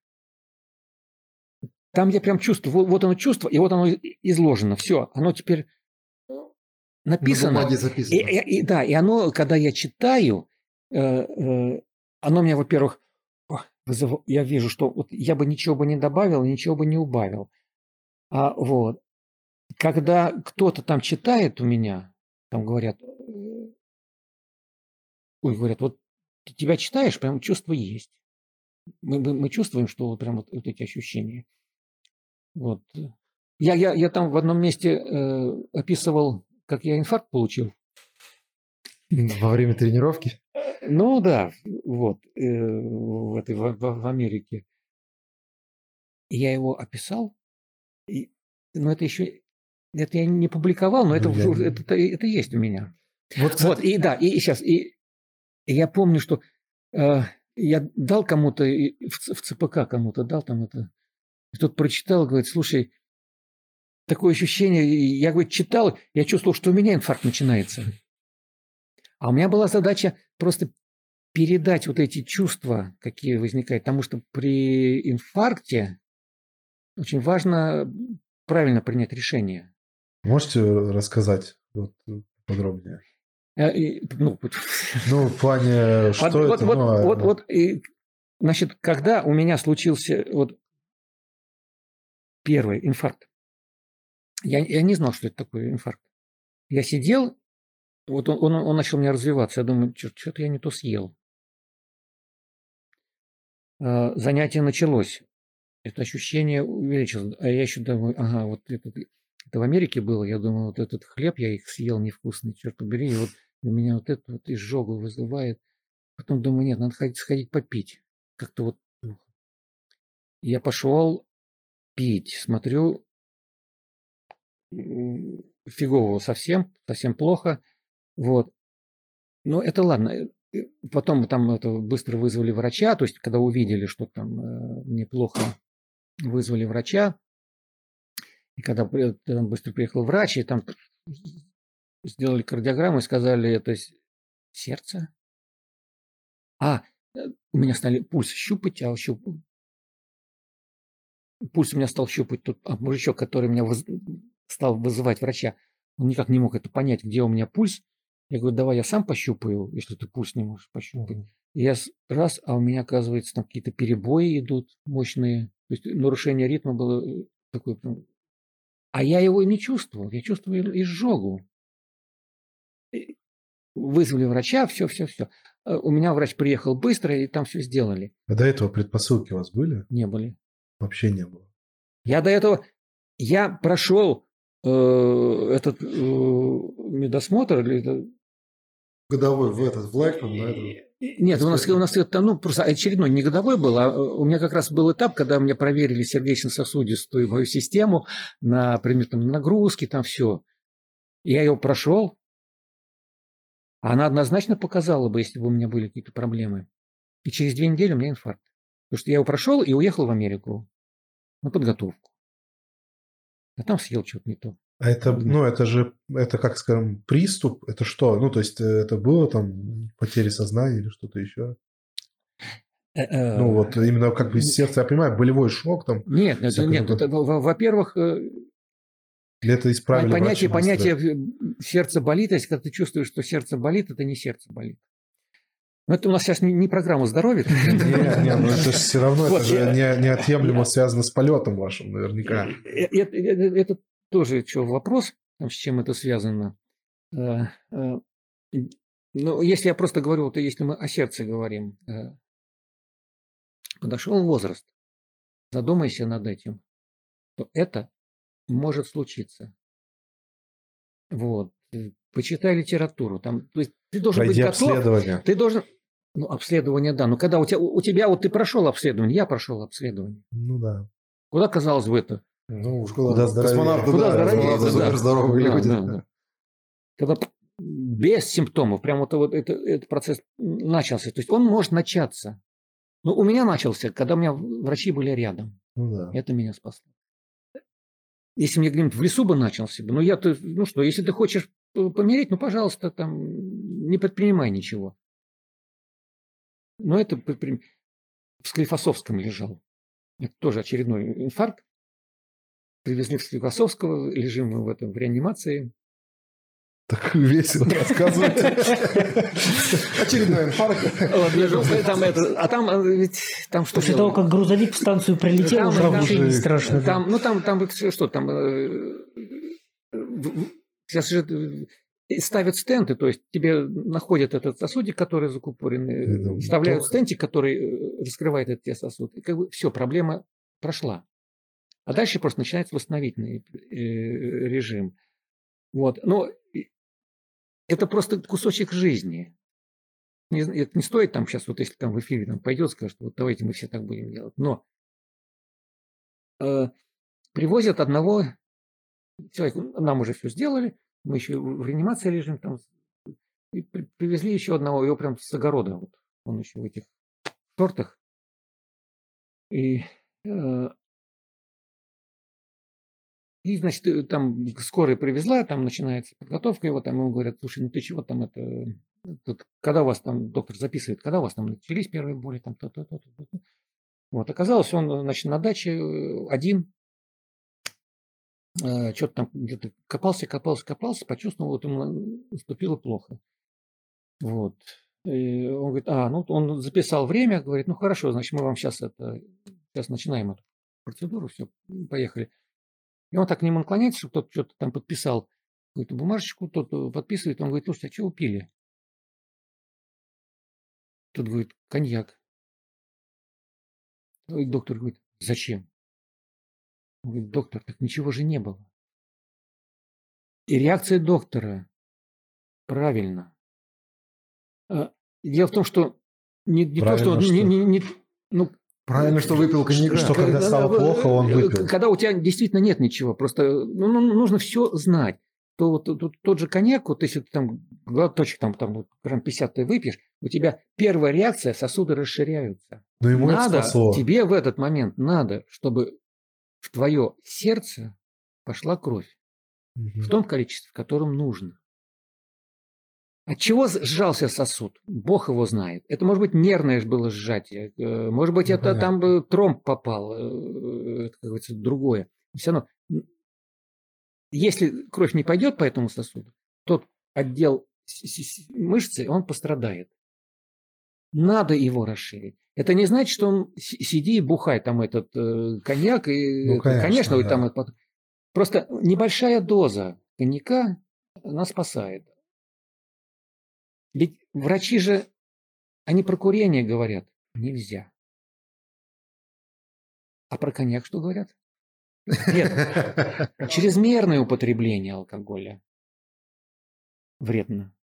там я прям чувствую, вот, вот оно чувство, и вот оно и- изложено, все, оно теперь На написано. бумаге И, записано. и- и- да, и оно, когда я читаю, э, э, оно меня, во-первых, вызыв- я вижу, что вот я бы ничего бы не добавил, ничего бы не убавил. А вот, когда кто-то там читает у меня, там говорят, э, ой, говорят, вот ты тебя читаешь, прям чувство есть. Мы, мы, мы чувствуем, что вот прям вот, вот эти ощущения. Вот. Я, я, я там в одном месте э, описывал, как я инфаркт получил. Во время тренировки? Ну да, вот, э, в, этой, в, в- в Америке. И я его описал, и, но это еще, это я не публиковал, но это, Ну, я в- не- это, это, это есть у меня. Вот, Вот, кстати, и да, и, сейчас, и, и я помню, что э, я дал кому-то, и в, Ц- в ЦПК кому-то дал там это, и тот прочитал, говорит, слушай, такое ощущение, и я, говорит, читал, я чувствовал, что у меня инфаркт начинается. А у меня была задача просто передать вот эти чувства, какие возникают, потому что при инфаркте очень важно правильно принять решение. Можете рассказать вот, подробнее? Э, и, ну, вот, Ну, в плане, вот, что вот, это? вот, ну, а- вот, вот, и, значит, когда у меня случился вот первый инфаркт, я, я не знал, что это такое инфаркт. Я сидел, вот он, он, он начал у меня развиваться, я думаю, что-то я не то съел. Э, Занятие началось. Это ощущение увеличилось. А я еще думаю, ага, вот это, это в Америке было, я думаю, вот этот хлеб, я их съел невкусный, черт побери, и вот у меня вот это вот изжогу вызывает. Потом думаю, нет, надо ходить, сходить попить. Как-то вот ну. Я пошел пить, смотрю, м, фигово совсем, совсем плохо. Вот. Но это ладно. Э, э, Потом там это быстро вызвали врача, то есть когда увидели, что там э, мне плохо, вызвали врача. И когда при- там быстро приехал врач, и там сделали кардиограмму и сказали, это с- сердце. А, э, у меня стали пульс щупать, а щуп- пульс у меня стал щупать тут, а мужичок, который меня выз- стал вызывать врача, он никак не мог это понять, где у меня пульс. Я говорю, давай я сам пощупаю, если ты пульс не можешь пощупать. И я с- раз, а у меня, оказывается, там какие-то перебои идут мощные. То есть нарушение ритма было э, такое прям. А я его и не чувствовал, я чувствую изжогу. И вызвали врача, все, все, все. У меня врач приехал быстро, и там все сделали. А до этого предпосылки у вас были? Не были. Вообще не было. Я до этого, я прошел э, этот э, медосмотр, или это- годовой в этот, в Лайфман, да, это... нет, у нас, у нас это, ну, просто очередной, не годовой был, а у меня как раз был этап, когда мне проверили сердечно-сосудистую мою систему на предмет там, нагрузки, там все. Я его прошел, а она однозначно показала бы, если бы у меня были какие-то проблемы. И через две недели у меня инфаркт. Потому что я его прошел и уехал в Америку на подготовку. А там съел что-то не то. А это, ну, это же, это, как скажем, приступ? Это что? Ну, то есть э, это было там потери сознания или что-то еще? Ну, вот именно как бы сердце, я понимаю, болевой шок там. Нет, это, всякое нет, такое. это, во- во-первых, э, Или это исправили понятие, врачи быстро? понятие э, сердце болит, если когда ты чувствуешь, что сердце болит, это не сердце болит. Но это у нас сейчас не, не программа здоровья. Не, не, ну это же все равно, Вот, это же я- не- неотъемлемо связано с полетом вашим, наверняка. Э, Это, это- это тоже что, вопрос, там, с чем это связано. Э, э, Ну, если я просто говорю, вот если мы о сердце говорим, э, подошел возраст, задумайся над этим, то это может случиться. Вот. Э, Почитай литературу. Там, то есть ты должен Пройди быть готов. обследование. Ты должен. Ну, обследование, да. Но когда у тебя, у тебя вот ты прошел обследование, я прошел обследование. Ну да. Куда, казалось бы, это? Ну, уж куда, Куда здоровее. космонавты, Куда да, здоровее, космонавты да, да. суперздоровые Да, люди. да, да. Когда без симптомов, прям вот, вот это, этот процесс начался. То есть он может начаться. Ну, у меня начался, когда у меня врачи были рядом. Ну да. Это меня спасло. Если мне где-нибудь в лесу бы начался бы, ну я-то, ну что, если ты хочешь п- помереть, ну, пожалуйста, там не предпринимай ничего. Но это предприним- в Склифосовском лежал. Это тоже очередной инфаркт. Привезли в Склифосовского, лежим мы в этом в реанимации. Так весело рассказывайте. Очередной инфаркт. Там это, а там ведь там что? После того, как грузовик в станцию прилетел, уже вообще не страшно. Там, ну там, там что, там сейчас же ставят стенты, то есть тебе находят этот сосудик, который закупоренный, вставляют стентик, который раскрывает этот сосуд, и как бы все, проблема прошла. А дальше просто начинается восстановительный режим. Вот, но это просто кусочек жизни. Не, это не стоит там сейчас, вот если там в эфире там пойдет, скажет, вот давайте мы все так будем делать. Но э, привозят одного человека, нам уже все сделали, мы еще в реанимации лежим, там, и при, привезли еще одного, его прям с огорода, вот, он еще в этих шортах. И, э, и, значит, там скорая привезла, там начинается подготовка его, там ему говорят, слушай, ну ты чего там это, тут, когда у вас там, доктор записывает, когда у вас там начались первые боли, там то-то, то-то, то-то. Вот, оказалось, он, значит, на даче один, э, что-то там где-то копался, копался, копался, почувствовал, вот ему наступило плохо. Вот. И он говорит, а, ну он записал время, говорит, ну хорошо, значит, мы вам сейчас это, сейчас начинаем эту процедуру, все, поехали. И он так к нему наклоняется, что кто-то что-то там подписал, какую-то бумажечку, тот подписывает, он говорит, слушайте, а что вы пили? Тот говорит, коньяк. И доктор говорит, зачем? Он говорит, доктор, так ничего же не было. И реакция доктора правильно. Дело в том, что не, не то, что... что? Не, не, не, ну, Правильно, что выпил коньяк. Что, когда стало плохо, он выпил. Когда у тебя действительно нет ничего, просто ну, нужно все знать. То вот тут тот же коньяк, вот если ты там глоточек там, там вот, грамм пятьдесят ты выпьешь, у тебя первая реакция, сосуды расширяются. Но ему надо, это спасло. тебе в этот момент надо, чтобы в твое сердце пошла кровь. Угу. В том количестве, в котором нужно. От чего сжался сосуд? Бог его знает. Это может быть нервное было сжатие, может быть, ну, это понятно. Там бы тромб попал, это, как говорится, другое. Все равно, если кровь не пойдет по этому сосуду, тот отдел мышцы, он пострадает. Надо его расширить. Это не значит, что он сиди и бухай там этот э, коньяк. И, ну, конечно, конечно да. Там это, просто небольшая доза коньяка нас спасает. Ведь врачи же, они про курение говорят, нельзя. А про коньяк что говорят? Нет. Чрезмерное употребление алкоголя вредно.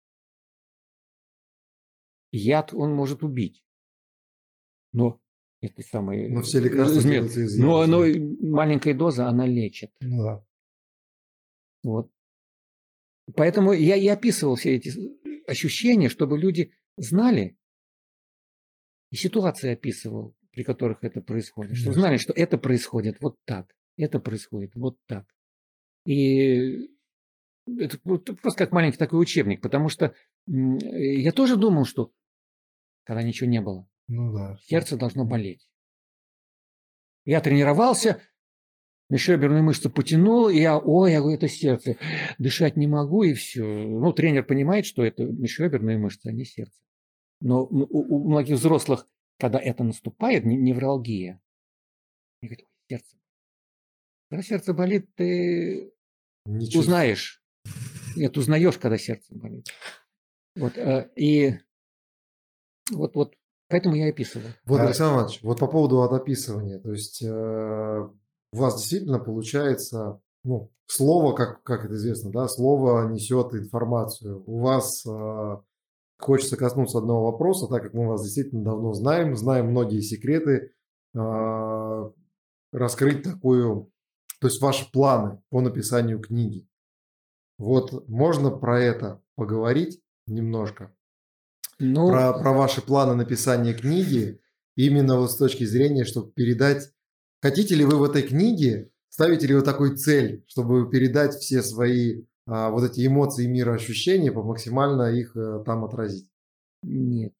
Яд он может убить. Но это самое... Но все лекарства делаются из яда. Но, но маленькая доза, она лечит. Ну, да. Вот. Поэтому я и описывал все эти ощущения, чтобы люди знали, и ситуации описывал, при которых это происходит, чтобы знали, что это происходит вот так, это происходит вот так. И это просто как маленький такой учебник, потому что я тоже думал, что когда ничего не было, ну, да, сердце должно болеть. Я тренировался, межреберную мышцу потянул, и я, ой, я говорю, это сердце, дышать не могу, и все. Ну, тренер понимает, что это межреберная мышца, а не сердце. Но у, у многих взрослых, когда это наступает, невралгия, они говорят, сердце. Когда сердце болит, ты Ничего. узнаешь. Нет, узнаешь, когда сердце болит. Вот, и вот, вот, поэтому я описывал. Вот, Александр Иванович, вот по поводу описывания, то есть... У вас действительно получается, ну, слово, как, как это известно, да, слово несет информацию. У вас э, хочется коснуться одного вопроса, так как мы вас действительно давно знаем, знаем многие секреты, э, раскрыть такую, то есть ваши планы по написанию книги. Вот можно про это поговорить немножко? Ну, про, про ваши планы написания книги, именно вот с точки зрения, чтобы передать... Хотите ли вы в этой книге, ставите ли вы такую цель, чтобы передать все свои а, вот эти эмоции, мироощущения, по максимально их а, там отразить? Нет.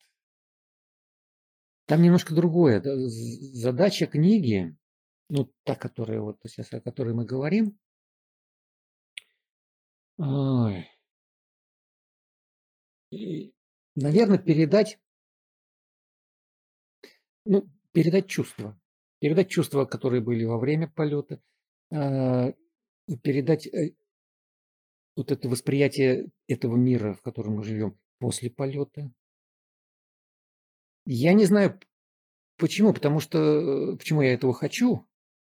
Там немножко другое. Задача книги, ну, та, которая вот сейчас, о которой мы говорим, ой, наверное, передать, ну, передать чувства. Передать чувства, которые были во время полета, э, передать э, вот это восприятие этого мира, в котором мы живем после полета. Я не знаю почему, потому что, почему я этого хочу.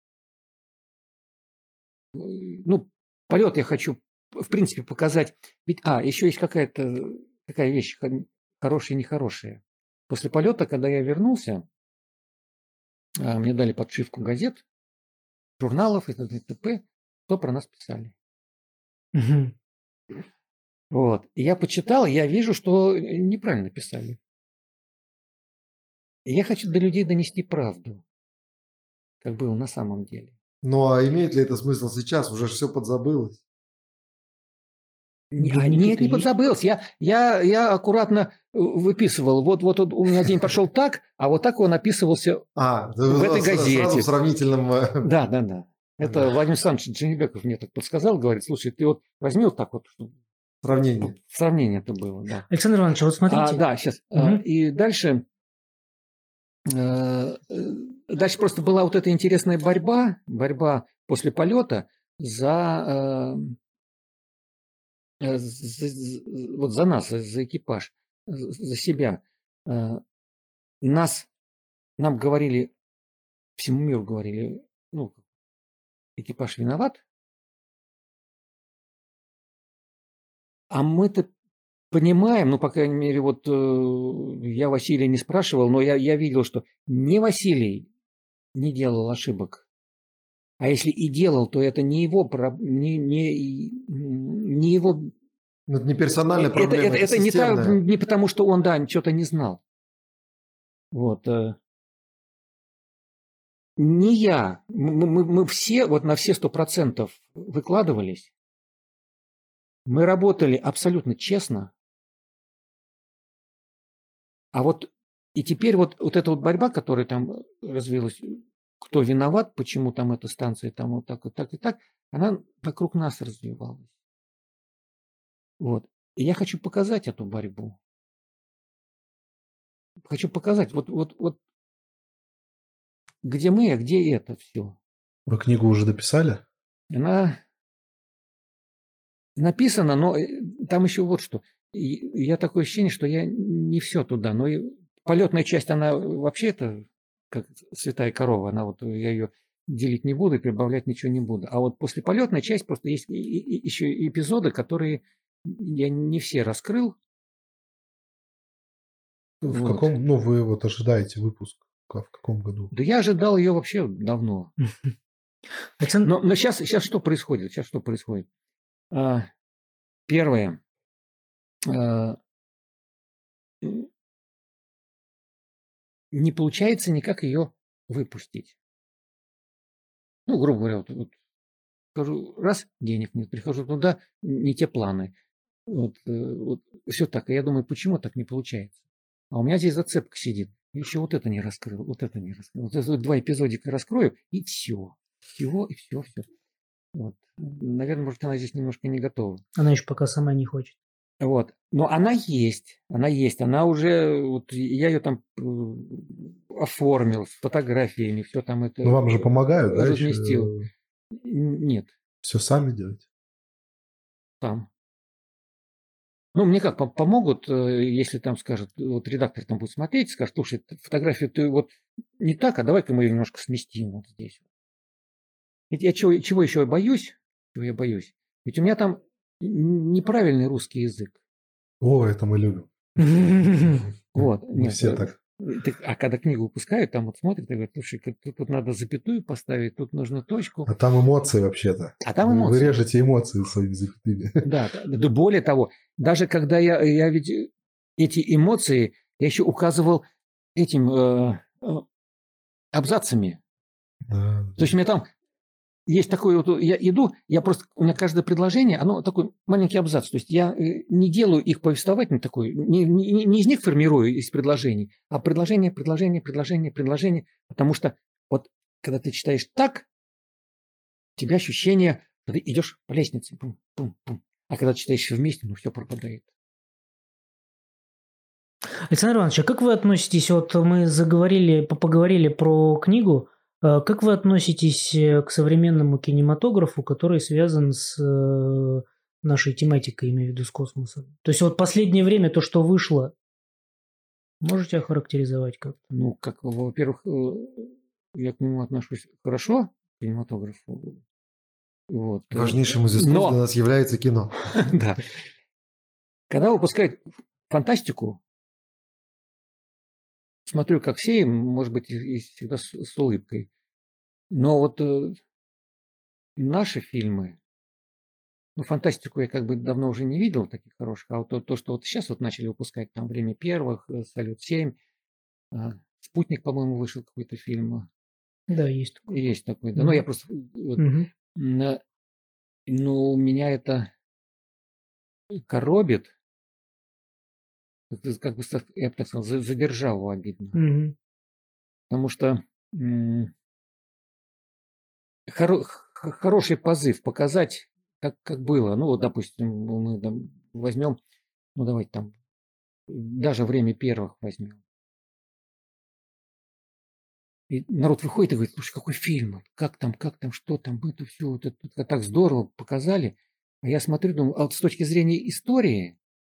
Ну, полет я хочу, в принципе, показать. Ведь, а, еще есть какая-то такая вещь, хорошая и нехорошая. После полета, когда я вернулся, мне дали подшивку газет, журналов и т.д. Что про нас писали. Мгм. Вот. И я почитал, я вижу, что неправильно писали. И я хочу до людей донести правду, как было на самом деле. Ну, а имеет ли это смысл сейчас? Уже все подзабылось. Не- а Дневники-то нет, не есть? подзабылся. Я, я, я аккуратно э, выписывал. Вот, вот у меня день прошел так, а вот так он описывался А, в этой с- сразу газете. в сравнительном... э, Да, да, да. Это Да. Владимир Александрович Дженебеков мне так подсказал, говорит, слушай, ты вот возьми вот так вот, чтобы сравнение. в сравнение это было, да. Александр Иванович, вот А, смотрите. да, сейчас. Мгм. И дальше, э, э, дальше просто была вот эта интересная борьба, борьба после полета за, э, э, за- за- вот за нас, за, за экипаж, за за себя. Э, Нас, нам говорили, всему миру говорили, ну, экипаж виноват, а мы-то понимаем, ну, по крайней мере, вот э, я Василия не спрашивал, но я, я видел, что не Василий не делал ошибок. А если и делал, то это не его, проб- не, не, не его. Ну, это не персональная Это, проблема, это, это это не, та- системная. не потому, что он, да, что-то не знал. Вот. э. Не я. Мы, мы- мы все, вот на все сто процентов выкладывались. Мы работали абсолютно честно. А вот и теперь вот, вот эта вот борьба, которая там развилась, кто виноват, почему там эта станция там вот так, вот так и так, она вокруг нас развивалась. Вот. И я хочу показать эту борьбу. Хочу показать, вот, вот, вот где мы, а где это все. Вы книгу уже дописали? Она написана, но э, там еще вот что. И я такое ощущение, что я не все туда. Но и полетная часть, она вообще это как святая корова. Она вот, я ее делить не буду и прибавлять ничего не буду. А вот после полетной часть просто есть и- и- еще эпизоды, которые я не все раскрыл. В Вот. каком, ну, вы вот ожидаете выпуск? Ка- В каком году? Да я ожидал ее вообще давно. Александр, Но, но сейчас, сейчас что происходит? Сейчас что происходит? А, Первое. А, м, Не получается никак ее выпустить. Ну, грубо говоря, вот, вот скажу, раз, денег нет, прихожу туда, не те планы. Вот, э, вот все так. И я думаю, почему так не получается? А у меня здесь зацепка сидит. Я еще вот это не раскрыл, вот это не раскрыл. Вот это вот два эпизодика раскрою, и все. Все, и все, все. Вот. Наверное, может, она здесь немножко не готова. она еще пока сама не хочет. Вот. Но она есть, она есть, она уже, вот я ее там э, оформил с фотографиями, все там это Ну, вам же помогают, да, еще? разместил. Н- Нет, Все сами делать? там. Ну, мне как, по- помогут, э, если там скажет, вот редактор там будет смотреть, скажет, слушай, т- фотографию ты вот не так, а давай-ка мы ее немножко сместим вот здесь. Ведь я чего, чего еще боюсь? Чего я боюсь? Ведь у меня там н- неправильный русский язык. О, это мы любим. Вот, Мы нет, все э, так. ты- а когда книгу выпускают, там вот смотрят и говорят, слушай, тут, тут надо запятую поставить, тут нужно точку. А там эмоции вообще-то. А там Вы- Вы эмоции. режете эмоции своими запятыми. Да, да, да, более того, даже когда я, я ведь э, эти эмоции, я еще указывал этим э, э, абзацами. Да. То есть у меня там есть такое вот, я иду, я просто, у меня каждое предложение, оно такой маленький абзац. То есть я э, не делаю их повествовательный такой, не, не, не из них формирую из предложений, а предложение, предложение, предложение, предложение. Потому что вот когда ты читаешь так, у тебя ощущение, что ты идешь по лестнице, пум, пум, пум. А когда читаешь все вместе, ну все пропадает. Александр Иванович, а как вы относитесь, вот мы заговорили, поговорили про книгу, а как вы относитесь к современному кинематографу, который связан с э, нашей тематикой, имею в виду с космосом? То есть вот последнее время то, что вышло, можете охарактеризовать как-то? Ну, как, во-первых, э, я к нему отношусь хорошо, к кинематографу. Вот. Важнейшим из искусств Но- для нас является кино. Да. Когда выпускают фантастику, смотрю, как все, может быть, и, и всегда с, с улыбкой. Но вот э, наши фильмы, ну, фантастику я как бы давно уже не видел таких хороших, а вот то, то, что вот сейчас вот начали выпускать, там «Время первых», э, «Салют-семь», э, «Спутник», по-моему, вышел какой-то фильм. Да, есть такое. Есть такой, да. Мгм. Ну, я просто... вот, Мгм. на- ну, меня это коробит, как, как бы, ска- я бы так сказал, за, за державу обидно. Мгм. Потому что м, хоро- х- хороший позыв показать, как, как было. Ну, вот, допустим, мы там возьмем, ну, давайте там, даже «Время первых» возьмем. И народ выходит и говорит: слушай, какой фильм, как там, как там, что там, это все, вот это, это так здорово показали. А я смотрю, думаю, а вот с точки зрения истории,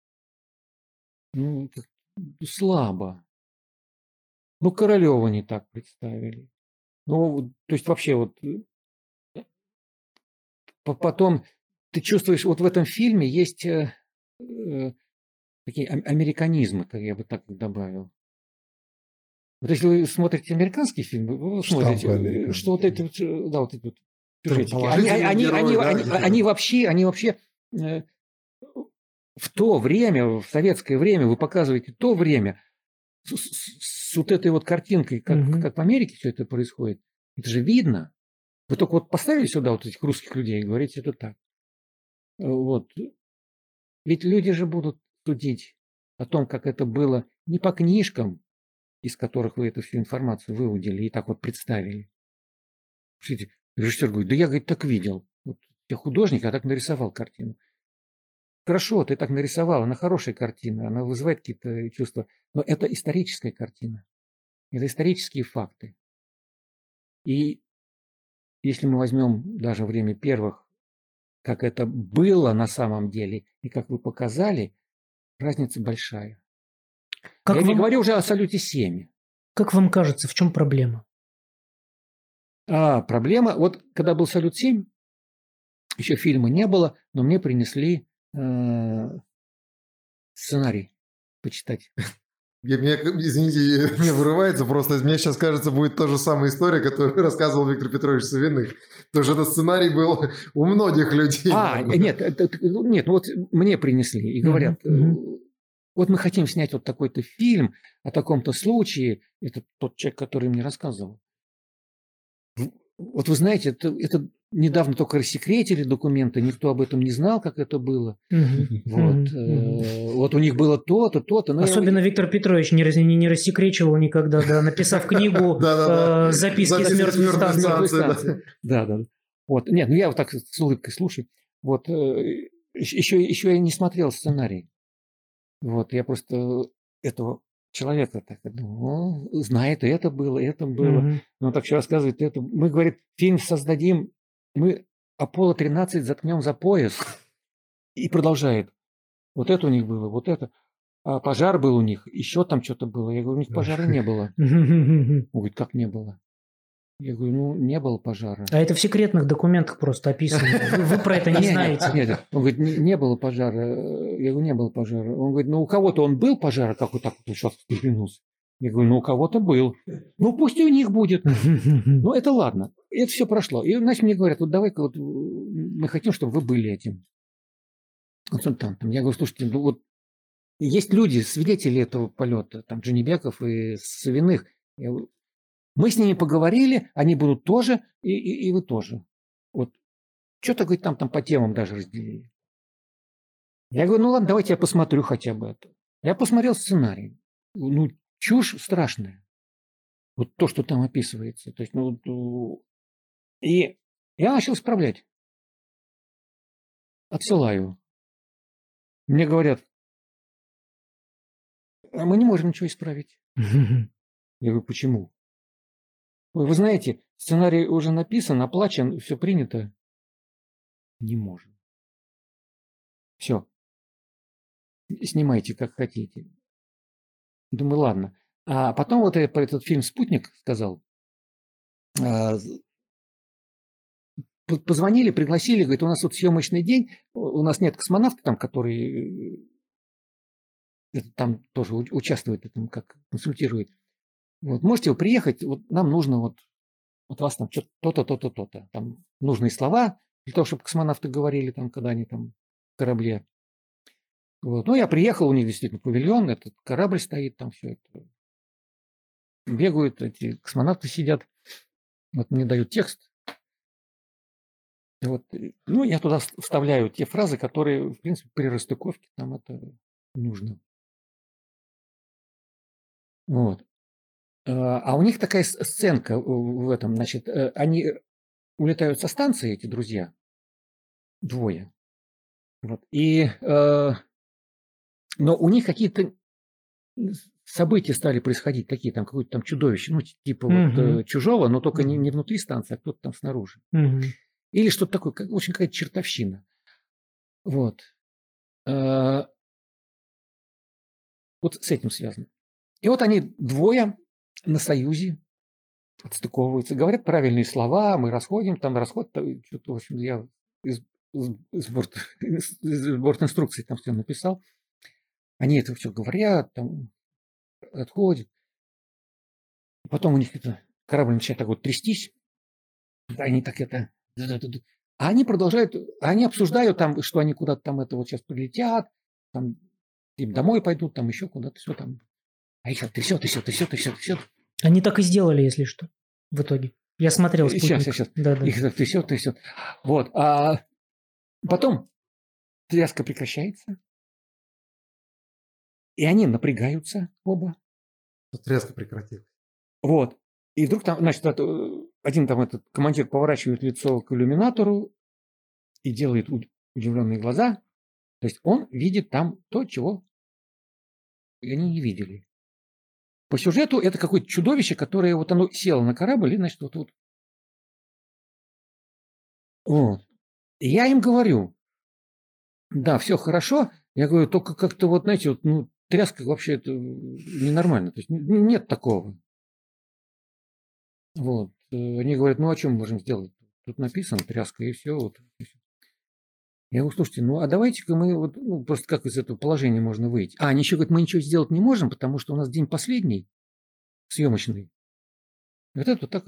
ну, как- слабо. Ну, Королева не так представили. Ну, вот, то есть вообще вот э, по- потом ты чувствуешь, вот в этом фильме есть э, э, такие ам- американизмы, как я бы так их добавил. Вот если вы смотрите американские фильмы, вы Штампы смотрите, э, американские. что вот эти вот, э, да, вот эти вот Там сюжетики, они, положительные они, герои, они, да, они, какие-то они там. вообще, они вообще э, в то время, в советское время, вы показываете то время с, с- с вот этой вот картинкой, как, Мгм. как в Америке все это происходит. Это же видно. Вы только вот поставили сюда вот этих русских людей и говорите, это так. Э, Вот. Ведь люди же будут судить о том, как это было не по книжкам, из которых вы эту всю информацию выудили и так вот представили. Слушайте, режиссер говорит: да я, говорит, так видел. Вот я художник, а так нарисовал картину. Хорошо, ты так нарисовал, она хорошая картина, она вызывает какие-то чувства, но это историческая картина, это исторические факты. И если мы возьмем даже «Время первых», как это было на самом деле и как вы показали, разница большая. Как Я не вам, говорю уже о «Салюте-семь». как вам кажется, в чем проблема? А проблема, вот когда был «Салют-семь», еще фильма не было, но мне принесли э, сценарий почитать. Я, мне, извините, мне вырывается, просто мне сейчас кажется, будет та же самая история, которую рассказывал Виктор Петрович Савиных. Потому что этот сценарий был у многих людей. А, нет, это- это- нет, ну вот мне принесли и говорят, Мгм, э, вот мы хотим снять вот такой-то фильм о таком-то случае. Это тот человек, который мне рассказывал. В- Вот вы знаете, это, это недавно только рассекретили документы, никто об этом не знал, как это было. мгм, Вот, мгм, мгм. э, вот у них было то-то, то-то. но я- Особенно Виктор Петрович не, раз- не, не рассекречивал никогда, да, написав книгу Да-да-да. э, «Записки с Записки с мертвой мертвой станции». Мертвой станции, да. станции. Да, да. да. Вот. Нет, ну я вот так с улыбкой слушаю. Вот. э, Еще, еще я не смотрел сценарий. Вот. Я просто этого человека так думаю, «О, знает, и это было, и это было». Мгм. Но он так еще рассказывает это. Мы, говорит, фильм создадим, мы Аполло тринадцать заткнем за пояс. И продолжает. Вот это у них было, вот это. А пожар был у них, еще там что-то было. Я говорю, у них пожара не было. Он говорит, как не было? Я говорю, ну, не было пожара. А это в секретных документах просто описано. Вы, вы про это не Нет, знаете. нет, нет. Он говорит, не, не было пожара. Я говорю, не было пожара. Он говорит, ну, у кого-то он был пожар, как вот так вот сейчас встрепенулся. Я говорю, ну, у кого-то был. Ну, пусть и у них будет. Ну, это ладно. Это все прошло. И, значит, мне говорят, вот давай-ка вот мы хотим, чтобы вы были этим консультантом. Я говорю, слушайте, ну вот есть люди, свидетели этого полета, там Джанибеков и Савиных. Я говорю, мы с ними поговорили, они будут тоже, и, и, и вы тоже. Вот. Что-то, говорит, там, там по темам даже разделили. Я говорю, ну ладно, давайте я посмотрю хотя бы это. Я посмотрел сценарий. Ну, чушь страшная. Вот то, что там описывается. То есть, ну, вот, и я начал исправлять. Отсылаю. Мне говорят, а мы не можем ничего исправить. Я говорю, почему? Вы, вы знаете, сценарий уже написан, оплачен, все принято. Не можем. Все. Снимайте, как хотите. Думаю, ладно. А потом вот я про этот фильм «Спутник» сказал. Позвонили, пригласили, говорит, у нас тут съемочный день, у нас нет космонавта там, который там тоже участвует, там, как консультирует. Вот, можете вы приехать, вот нам нужно вот от вас там то-то, то-то, то-то. Там нужные слова для того, чтобы космонавты говорили, там, когда они там в корабле. Вот. Ну, я приехал, у них действительно павильон, этот корабль стоит, там все это. Бегают, эти космонавты сидят. Вот мне дают текст. Вот. Ну, я туда вставляю те фразы, которые, в принципе, при расстыковке нам это нужно. Вот. А у них такая сценка в этом, значит, они улетают со станции, эти друзья, двое. Вот. И, но у них какие-то события стали происходить такие, там какое-то там чудовище, ну, типа mm-hmm. вот чужого, но только не, не внутри станции, а кто-то там снаружи. Mm-hmm. Или что-то такое, как, очень какая-то чертовщина. Вот. Вот с этим связано. И вот они двое на Союзе отстыковываются, говорят правильные слова, мы расходим, там расход, что-то, в общем, я из, из, из, борт, из, из бортинструкции там все написал. Они это все говорят, там отходят. Потом у них это, корабль начинает так вот трястись. Они так это... А они продолжают, они обсуждают там, что они куда-то там это вот сейчас прилетят, там им домой пойдут, там еще куда-то, все там. А их трясет, трясет, трясет, трясет, трясет. Они так и сделали, если что, в итоге. Я смотрел «Спутник». Сейчас, сейчас. Да, да. Их трясет, трясет. Вот. А потом тряска прекращается. И они напрягаются оба. Тряска прекратилась. Вот. И вдруг там, значит, один там этот командир поворачивает лицо к иллюминатору и делает удивленные глаза. То есть он видит там то, чего они не видели. По сюжету это какое-то чудовище, которое вот оно село на корабль и, значит, вот вот. Вот. И я им говорю, да, все хорошо. Я говорю, только как-то вот, знаете, вот, ну, тряска вообще это ненормально. То есть нет такого. Вот. Они говорят, ну, а что мы можем сделать? Тут написано тряска и все. Вот. Я говорю, слушайте, ну, а давайте-ка мы вот, ну, просто как из этого положения можно выйти? А, они еще говорят, мы ничего сделать не можем, потому что у нас день последний, съемочный. Вот это вот так...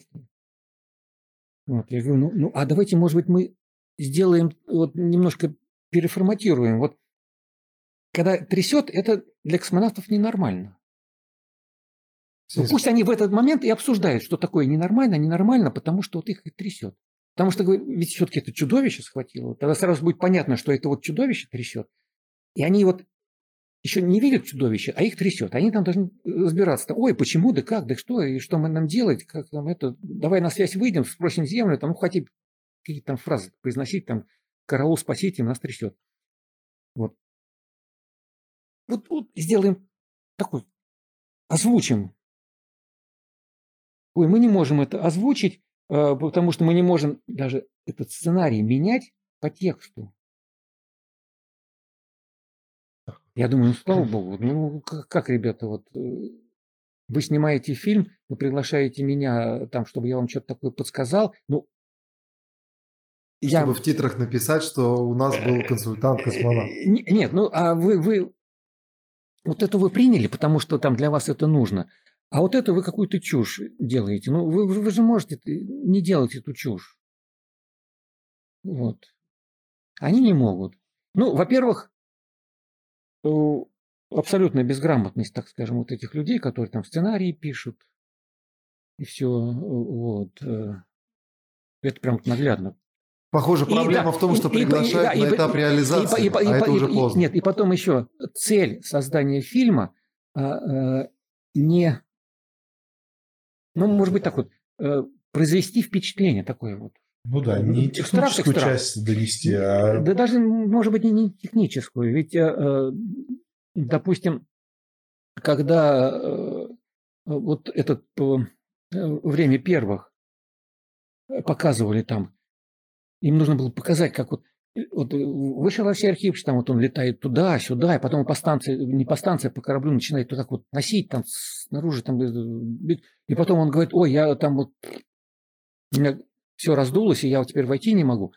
Вот, я говорю, ну, ну, а давайте, может быть, мы сделаем, вот немножко переформатируем. Вот когда трясет, это для космонавтов ненормально. Ну, пусть они в этот момент и обсуждают, что такое ненормально, ненормально, потому что вот их и трясет. Потому что ведь все-таки это чудовище схватило. Тогда сразу будет понятно, что это вот чудовище трясет. И они вот еще не видят чудовище, а их трясет. Они там должны разбираться. Ой, почему, да как, да что, и что мы нам делать, как нам это, давай на связь выйдем, спросим землю, там, ну, хотя какие-то там фразы произносить, там, караул, спасите, нас трясет. Вот. Вот, вот сделаем такой, озвучим. Ой, мы не можем это озвучить, потому что мы не можем даже этот сценарий менять по тексту. Я думаю, ну, слава богу, ну, как, как, ребята, вот, вы снимаете фильм, вы приглашаете меня, там, чтобы я вам что-то такое подсказал, ну, чтобы я... в титрах написать, что у нас был консультант-космонавт. Нет, ну, а вы, вы, вот это вы приняли, потому что там для вас это нужно. А вот это вы какую-то чушь делаете. Ну, вы, вы же можете не делать эту чушь. Вот. Они не могут. Ну, во-первых, абсолютная безграмотность, так скажем, вот этих людей, которые там сценарии пишут. И все. Вот. Это прям наглядно. Похоже, проблема и, в том, что и, приглашают и, и, на и, этап и, реализации, и, и, а и, это и, уже поздно. Нет, и потом еще цель создания фильма а, а, не... Ну, может быть, так вот, э, произвести впечатление такое вот. Ну да, не техническую страх, часть донести, а... Да даже, может быть, не, не техническую. Ведь, э, допустим, когда э, вот это э, время первых показывали там, им нужно было показать, как вот, вот вышел Россия архив, там вот он летает туда, сюда, и потом по станции, не по станции, а по кораблю начинает вот так вот носить там снаружи, там, и потом он говорит, ой, я там вот, у меня все раздулось, и я вот теперь войти не могу.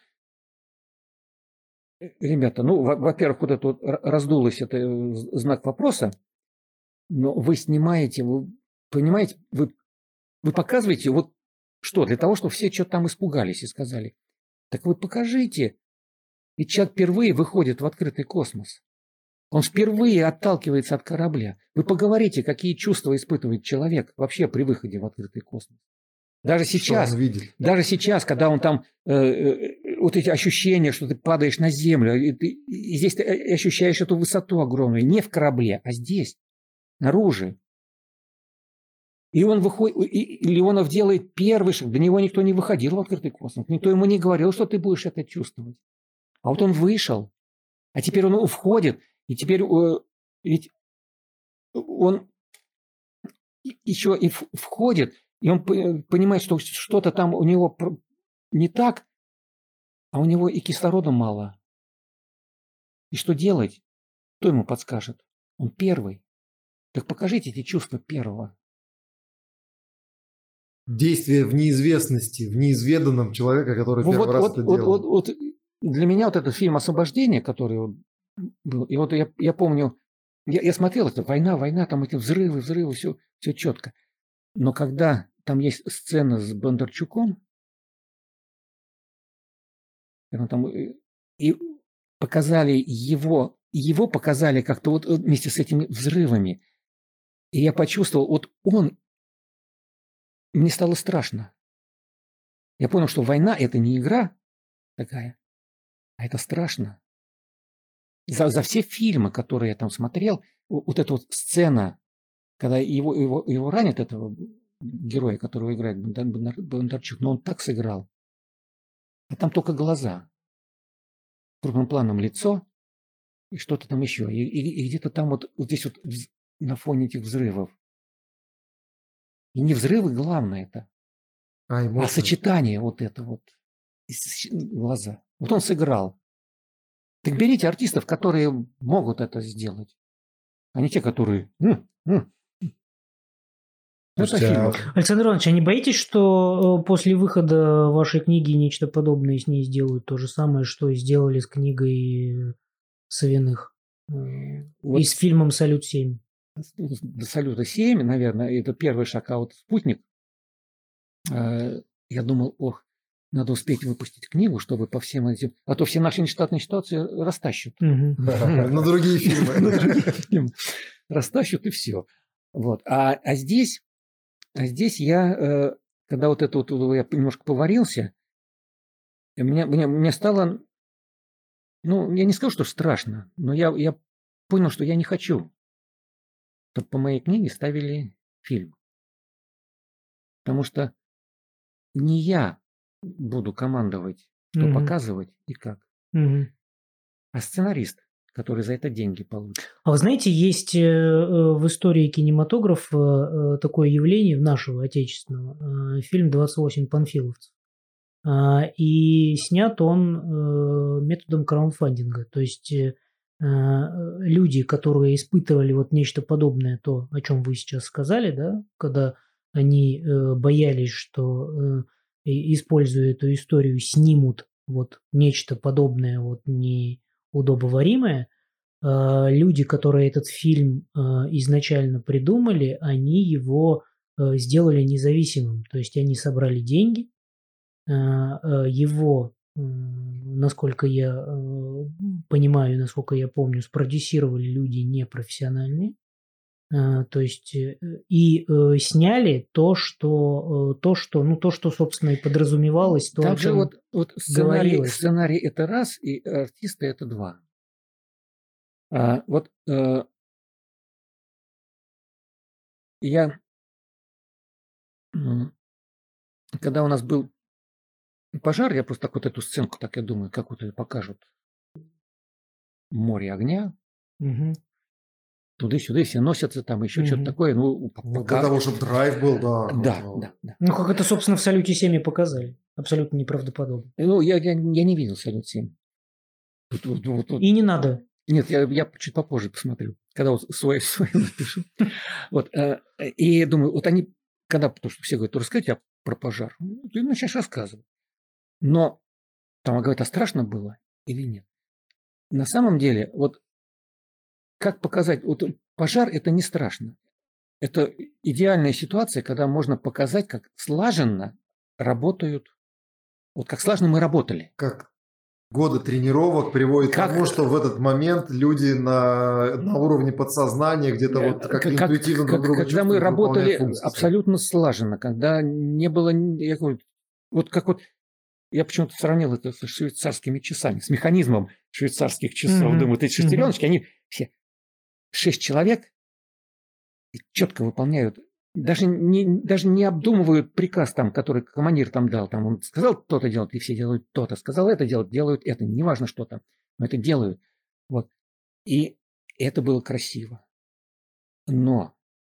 Ребята, ну, во-первых, вот это вот раздулось, это знак вопроса, но вы снимаете, вы понимаете, вы, вы показываете, вот что, для того, чтобы все что-то там испугались и сказали, так вы покажите. Ведь человек впервые выходит в открытый космос. Он впервые отталкивается от корабля. Вы поговорите, какие чувства испытывает человек вообще при выходе в открытый космос. Даже сейчас, даже сейчас, когда он там, э, э, вот эти ощущения, что ты падаешь на землю, и, ты, и здесь ты ощущаешь эту высоту огромную, не в корабле, а здесь, наружу. И он выходит, и Леонов делает первый шаг, до него никто не выходил в открытый космос, никто ему не говорил, что ты будешь это чувствовать. А вот он вышел, а теперь он входит, и теперь э, ведь он еще и входит, и он понимает, что что-то там у него не так, а у него и кислорода мало. И что делать? Кто ему подскажет? Он первый. Так покажите эти чувства первого. Действие в неизвестности, в неизведанном человека, который вот, первый вот, раз вот, это вот, делает. Вот, вот для меня вот этот фильм «Освобождение», который был, и вот я, я помню, я, я смотрел это, война, война, там эти взрывы, взрывы, все, все четко. Но когда там есть сцена с Бондарчуком, там, и показали его, его показали как-то вот вместе с этими взрывами, и я почувствовал, вот он, мне стало страшно. Я понял, что война – это не игра такая, а это страшно. За, за все фильмы, которые я там смотрел, вот эта вот сцена, когда его, его, его ранят, этого героя, которого играет Бондарчук, но он так сыграл. А там только глаза. Крупным планом лицо и что-то там еще. И, и, и где-то там вот, вот здесь вот на фоне этих взрывов. И не взрывы главное это, а, а сочетание вот это вот. Глаза. Вот он сыграл. Так берите артистов, которые могут это сделать, а не те, которые... М, м. Слушайте, это а... Александр Иванович, а не боитесь, что после выхода вашей книги нечто подобное с ней сделают? То же самое, что сделали с книгой Савиных вот. И с фильмом «Салют-семь». До «Салюта-семь», наверное, это первый шаг, а вот «Спутник», я думал, ох, надо успеть выпустить книгу, чтобы по всем этим... А то все наши нештатные ситуации растащат. На другие фильмы. Растащат и все. Вот. А, а здесь, а здесь я, когда вот это вот я немножко поварился, мне, мне, мне стало, ну, я не скажу, что страшно, но я, я понял, что я не хочу, чтобы по моей книге ставили фильм. Потому что не я буду командовать, что mm-hmm. показывать и как, mm-hmm. а сценарист, который за это деньги получит. А вы знаете, есть в истории кинематографа такое явление нашего отечественного, фильм «двадцать восемь панфиловцев». И снят он методом краудфандинга. То есть люди, которые испытывали вот нечто подобное, то, о чем вы сейчас сказали, да, когда они боялись, что, используя эту историю, снимут вот нечто подобное, вот неудобоваримое, люди, которые этот фильм изначально придумали, они его сделали независимым. То есть они собрали деньги, его, насколько я понимаю, насколько я помню, спродюсировали люди непрофессиональные, то есть и сняли то, что, то, что, ну, то, что, собственно, и подразумевалось, то, Также вот, вот сценарий, сценарий – это раз, и артисты – это два. А, вот э, я, когда у нас был пожар, я просто так вот эту сценку, так я думаю, как вот ее покажут. Море огня. Угу. туда-сюда, все носятся, там еще что-то Мгм. такое. Ну, Ну, пока... для того, чтобы драйв был, да. Да, вот, да, да. Ну, как это, собственно, в «Салюте семь» и показали. Абсолютно неправдоподобно. Ну, я, я, я не видел «Салют семь». Вот, вот, вот, вот. И не надо. Нет, я, я чуть попозже посмотрю, когда вот свой, свой напишу. Вот, э, и думаю, вот они, когда, потому что все говорят, расскажите а про пожар. Ну, ты начинаешь рассказывать. Но там говорят, а страшно было или нет? На самом деле, вот как показать, вот пожар – это не страшно. Это идеальная ситуация, когда можно показать, как слаженно работают, вот как слаженно мы работали. Как годы тренировок приводят Как- к тому, что в этот момент люди на, на уровне подсознания где-то вот как, Как- интуитивно друг как- друга когда мы чувствуют, работали выполняют функции свои. абсолютно слаженно, когда не было, ни- я говорю, вот как вот, я почему-то сравнил это со швейцарскими часами, с механизмом швейцарских часов. Мгм, Думаю, вот эти шестереночки, они все шесть человек и четко выполняют, даже не, даже не обдумывают приказ, там, который командир там дал. Там, он сказал то-то делать, и все делают то-то. Сказал это делать, делают это. Неважно, что там, но это делают. Вот. И это было красиво. Но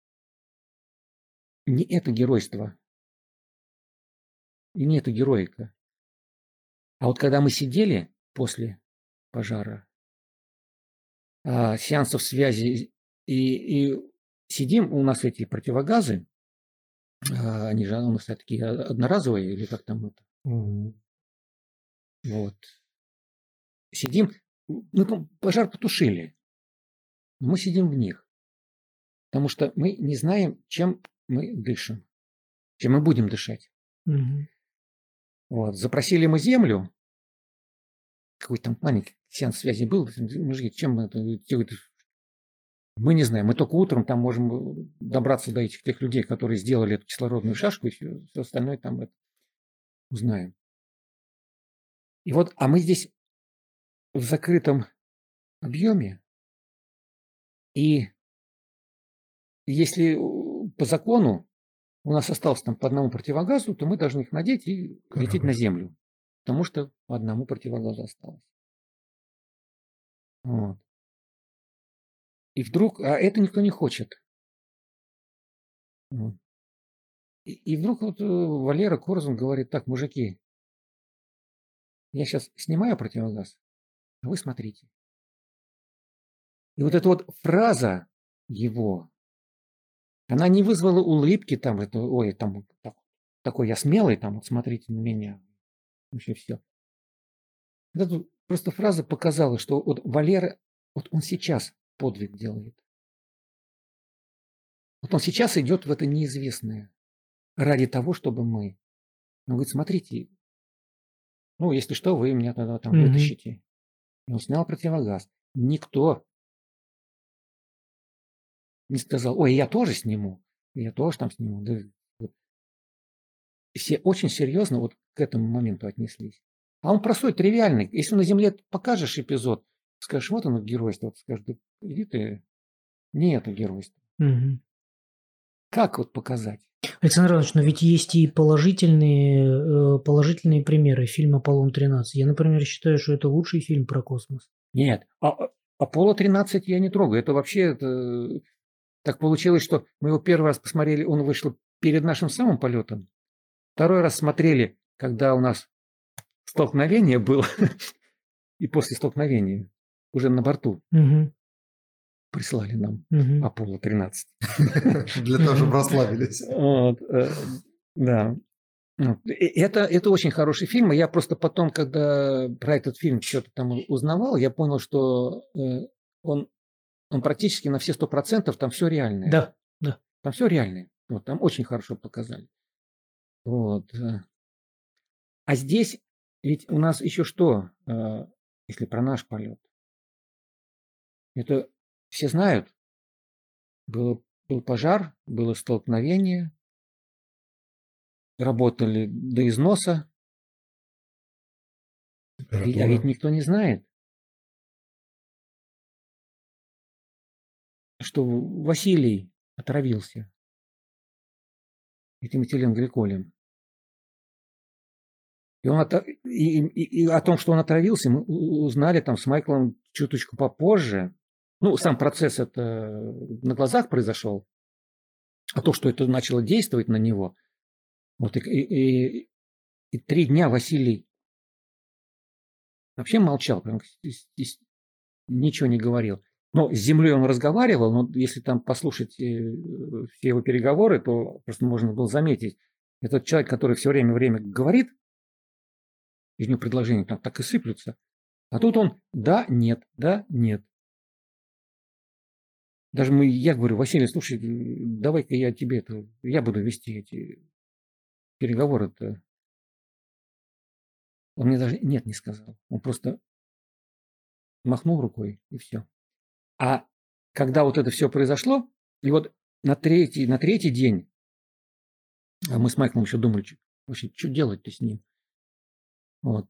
не это геройство. И не это героика. А вот когда мы сидели после пожара, а, сеансов связи, и, и сидим, у нас эти противогазы, а, они же у нас такие одноразовые, или как там это. Мгм. Вот. Сидим, мы пом- пожар потушили, но мы сидим в них, потому что мы не знаем, чем мы дышим, чем мы будем дышать. Мгм. Вот. Запросили мы землю, какой-то там маленький сеанс связи был, мужики, чем мы это, те говорят, мы не знаем, мы только утром там можем добраться до этих тех людей, которые сделали эту кислородную шашку, и все, все остальное там это узнаем. И вот, а мы здесь в закрытом объеме, и если э, по закону у нас осталось там по одному противогазу, то мы должны их надеть и лететь на Корабль. землю, потому что по одному противогазу осталось. Вот. И вдруг, а это никто не хочет. Вот. И, и вдруг вот э, Валера Корзун говорит, так, мужики, я сейчас снимаю противогаз, а вы смотрите. И вот эта вот фраза его, она не вызвала улыбки там, это, ой, там так- такой я смелый, там, вот смотрите на меня. Вообще все. Эта просто фраза показала, что вот Валера, вот он сейчас подвиг делает. Вот он сейчас идет в это неизвестное ради того, чтобы мы. Он говорит, смотрите, ну, если что, вы меня тогда там Мгм. вытащите. И он снял противогаз. Никто не сказал, ой, я тоже сниму, я тоже там сниму. Да, вот. Все очень серьезно вот к этому моменту отнеслись. А он простой, тривиальный. Если на земле покажешь эпизод, скажешь, вот оно геройство, вот скажешь, да иди ты, не это геройство. Мгм. Как вот показать? Александр Иванович, но ведь есть и положительные, э, положительные примеры фильма «Аполлон тринадцать». Я, например, считаю, что это лучший фильм про космос. Нет, а, а- Аполло тринадцать я не трогаю. Это вообще это, так получилось, что мы его первый раз посмотрели, он вышел перед нашим самым полетом. Второй раз смотрели, когда у нас столкновение было, и после столкновения уже на борту Мгм. прислали нам Мгм. Аполло тринадцать. Для того, чтобы расслабились. Вот, э, да. Вот. И Это, это очень хороший фильм. И я просто потом, когда про этот фильм что-то там узнавал, я понял, что э, он, он практически на все сто процентов там все реальное. Да, да. Там все реальное. Вот, там очень хорошо показали. Вот. э. А здесь ведь у нас еще что, э, если про наш полет? Это все знают. Был, был пожар, было столкновение, работали до износа, а ведь, а ведь Температура. никто не знает, что Василий отравился этим этиленгликолем. И, он ото- и, и- и о том, что он отравился, мы у- узнали там с Майклом чуточку попозже, Ну, сам процесс это на глазах произошел, а то, что это начало действовать на него, вот и, и, и, и три дня Василий вообще молчал, прям ничего не говорил. Но с землей он разговаривал, но если там послушать все его переговоры, то просто можно было заметить, этот человек, который все время время говорит, из него предложения там так и сыплются, а тут он да, нет, да, нет. Даже мы, я говорю, Василий, слушай, давай-ка я тебе это, я буду вести эти переговоры-то. Он мне даже нет не сказал. Он просто махнул рукой и все. А когда вот это все произошло, и вот на третий, на третий день а мы с Майклом еще думали, что, вообще, что делать-то с ним. Вот.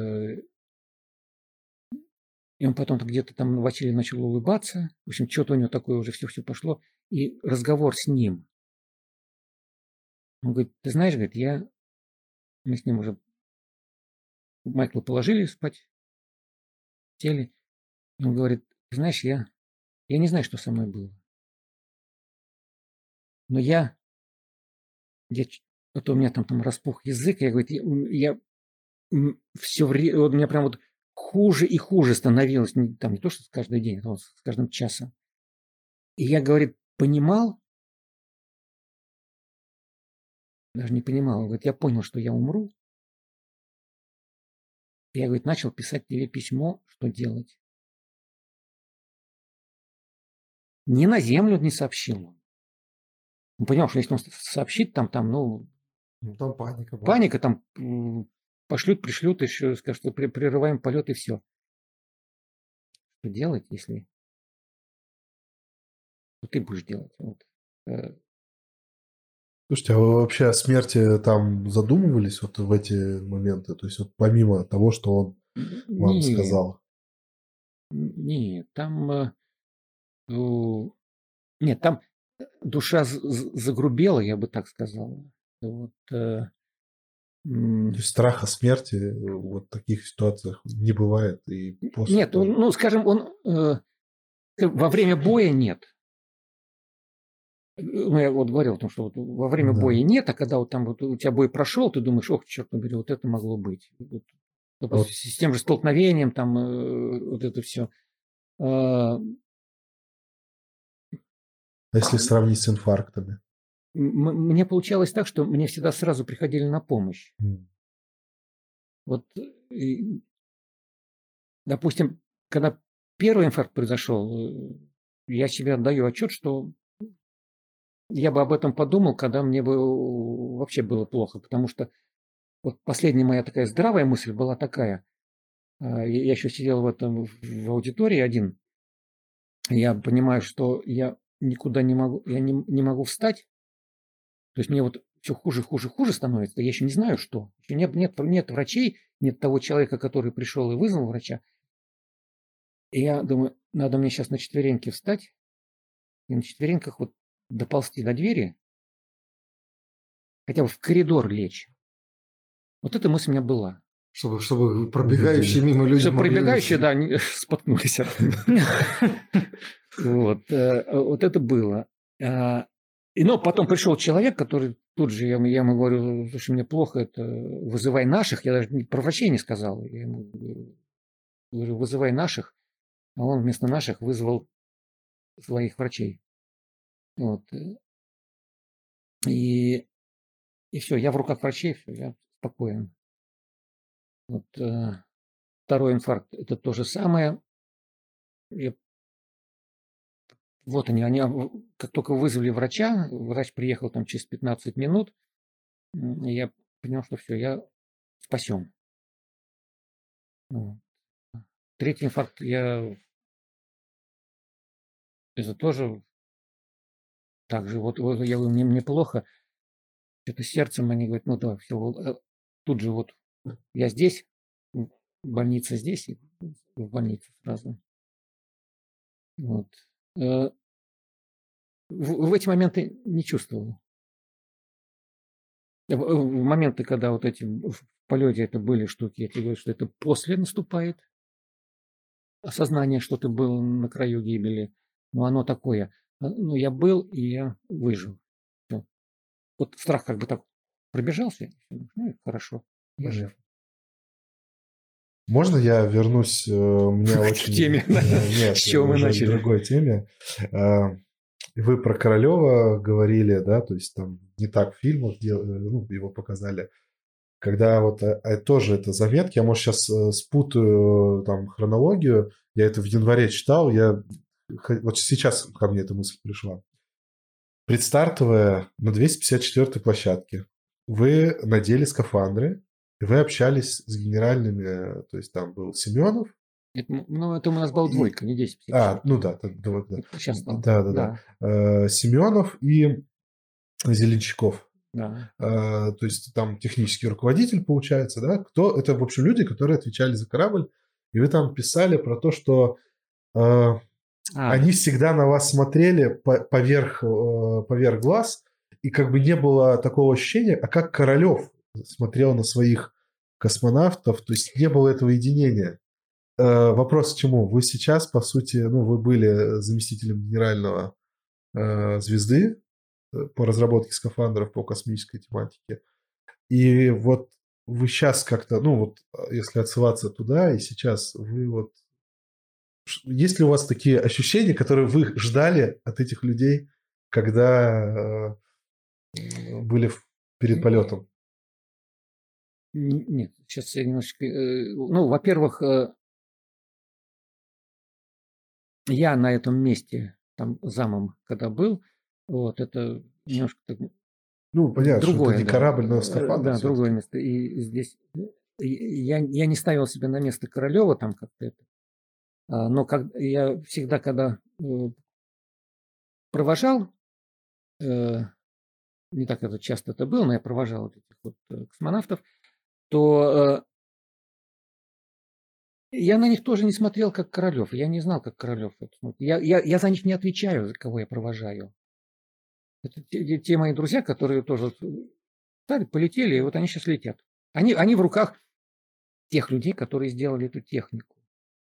И он потом где-то там, Василий начал улыбаться. В общем, что-то у него такое уже все-все пошло. И разговор с ним. Он говорит, ты знаешь, говорит, я... Мы с ним уже... Майкла положили спать. Сели. И он говорит, ты знаешь, я... Я не знаю, что со мной было. Но я... я... Вот у меня там, там распух язык. Я, говорит, я... я все время... Вот у меня прям вот хуже и хуже становилось. Там не то, что с каждый день, а с каждым часом. И я, говорит, понимал, даже не понимал, он говорит, я понял, что я умру. И я, говорит, начал писать тебе письмо, что делать. Ни на землю не сообщил. Он понял, что если он сообщит, там, там, ну... Ну, там паника. Была. Паника, там пошлют, пришлют, еще скажут, что прерываем полет и все. Что делать, если... Что ты будешь делать? Вот. Слушайте, а вы вообще о смерти там задумывались вот в эти моменты? То есть вот помимо того, что он вам нет, сказал? Нет, там... Нет, там душа загрубела, я бы так сказал. Вот, То есть страха смерти вот в таких ситуациях не бывает? И после нет, он, ну, скажем, он э, во время боя нет. Ну, я вот говорил о том, что вот во время да. боя нет, а когда вот там вот у тебя бой прошел, ты думаешь, ох, черт побери, вот это могло быть. Вот, вот. С тем же столкновением, там э, вот это все. А если сравнить с инфарктами? Мне получалось так, что мне всегда сразу приходили на помощь. Mm. Вот, и, допустим, когда первый инфаркт произошел, я себе отдаю отчет, что я бы об этом подумал, когда мне бы вообще было плохо, потому что вот последняя моя такая здравая мысль была такая. Я еще сидел в этом в аудитории один. Я понимаю, что я никуда не могу, я не, не могу встать. То есть мне вот все хуже, хуже, хуже становится. Я еще не знаю, что. Еще нет, нет, нет врачей, нет того человека, который пришел и вызвал врача. И я думаю, надо мне сейчас на четвереньки встать и на четвереньках вот доползти до двери, хотя бы в коридор лечь. Вот эта мысль у меня была. Чтобы, чтобы пробегающие мимо люди... Чтобы пробегающие, да, споткнулись. Вот это было. И, но потом пришел человек, который тут же, я, я ему говорю, слушай, мне плохо, это вызывай наших. Я даже про врачей не сказал. Я ему говорю, вызывай наших. А он вместо наших вызвал своих врачей. Вот. И, и все, я в руках врачей, все, я спокоен. Вот. Второй инфаркт, это то же самое. Я... Вот они, они, как только вызвали врача, врач приехал там через пятнадцать минут, и я понял, что все, я спасен. Вот. Третий инфаркт, я это тоже так же, вот, вот я говорю, мне, мне плохо, что-то с сердцем, они говорят, ну да, все, тут же вот я здесь, больница здесь, и в больнице сразу. Вот. В, в эти моменты не чувствовал. В, в моменты, когда вот эти в полете это были штуки, я тебе говорю, что это после наступает. осознание, что ты был на краю гибели. Ну, оно такое. Ну, я был, и я выжил. Всё. Вот страх как бы так пробежался. Ну, хорошо, я жив. Можно я вернусь? э, У меня К очень... теме, э, да. Нет, С чего мы уже к начали? другой теме. Э, Вы про Королева говорили, да, то есть там не так в фильмах дел- э, ну, его показали. Когда вот э, э, тоже это заметки, я, может, сейчас спутаю э, там хронологию, я это в январе читал, я х- вот сейчас ко мне эта мысль пришла. Предстартовая на двести пятьдесят четвёртой площадке. Вы надели скафандры, и вы общались с генеральными, то есть там был Семенов. Это, м, ну, это у нас была И- двойка, не десять А, пятьдесят. ну да, да, да, да. Сейчас стал. Да, да, да. Да, Э, Семенов и Зеленщиков. да. Э, То есть там технический руководитель, получается, да? Кто? Это, в общем, люди, которые отвечали за корабль. И вы там писали про то, что э, А, они всегда на вас смотрели по- поверх, э, поверх глаз, и как бы не было такого ощущения, а как Королев смотрел на своих космонавтов, то есть не было этого единения. Э, Вопрос к чему? Вы сейчас, по сути, ну, вы были заместителем генерального э, звезды э, по разработке скафандров по космической тематике. И вот вы сейчас как-то, ну вот, э, если отсылаться туда, и сейчас вы вот... ш- Есть ли у вас такие ощущения, которые вы ждали от этих людей, когда э, м, были в- перед полетом? н- нет, сейчас я немножечко... э, Ну, во-первых, э, я на этом месте, там, замом, когда был, вот, это немножко так Ну, понятно, что это другое, не да. корабль, но Э, скафандр Да, другое все-таки. место. И здесь э, и я, я не ставил себя на место Королева там как-то это. А, Но как, я всегда, когда э, провожал, э, не так это часто это было, но я провожал вот этих вот э, космонавтов, то э, я на них тоже не смотрел как Королев. Я не знал, как Королев. вот смотрит. Я, я, я за них не отвечаю, за кого я провожаю. Это те, те- те мои друзья, которые тоже вот, э, стали, полетели, и вот они сейчас летят. Они, они в руках тех людей, которые сделали эту технику.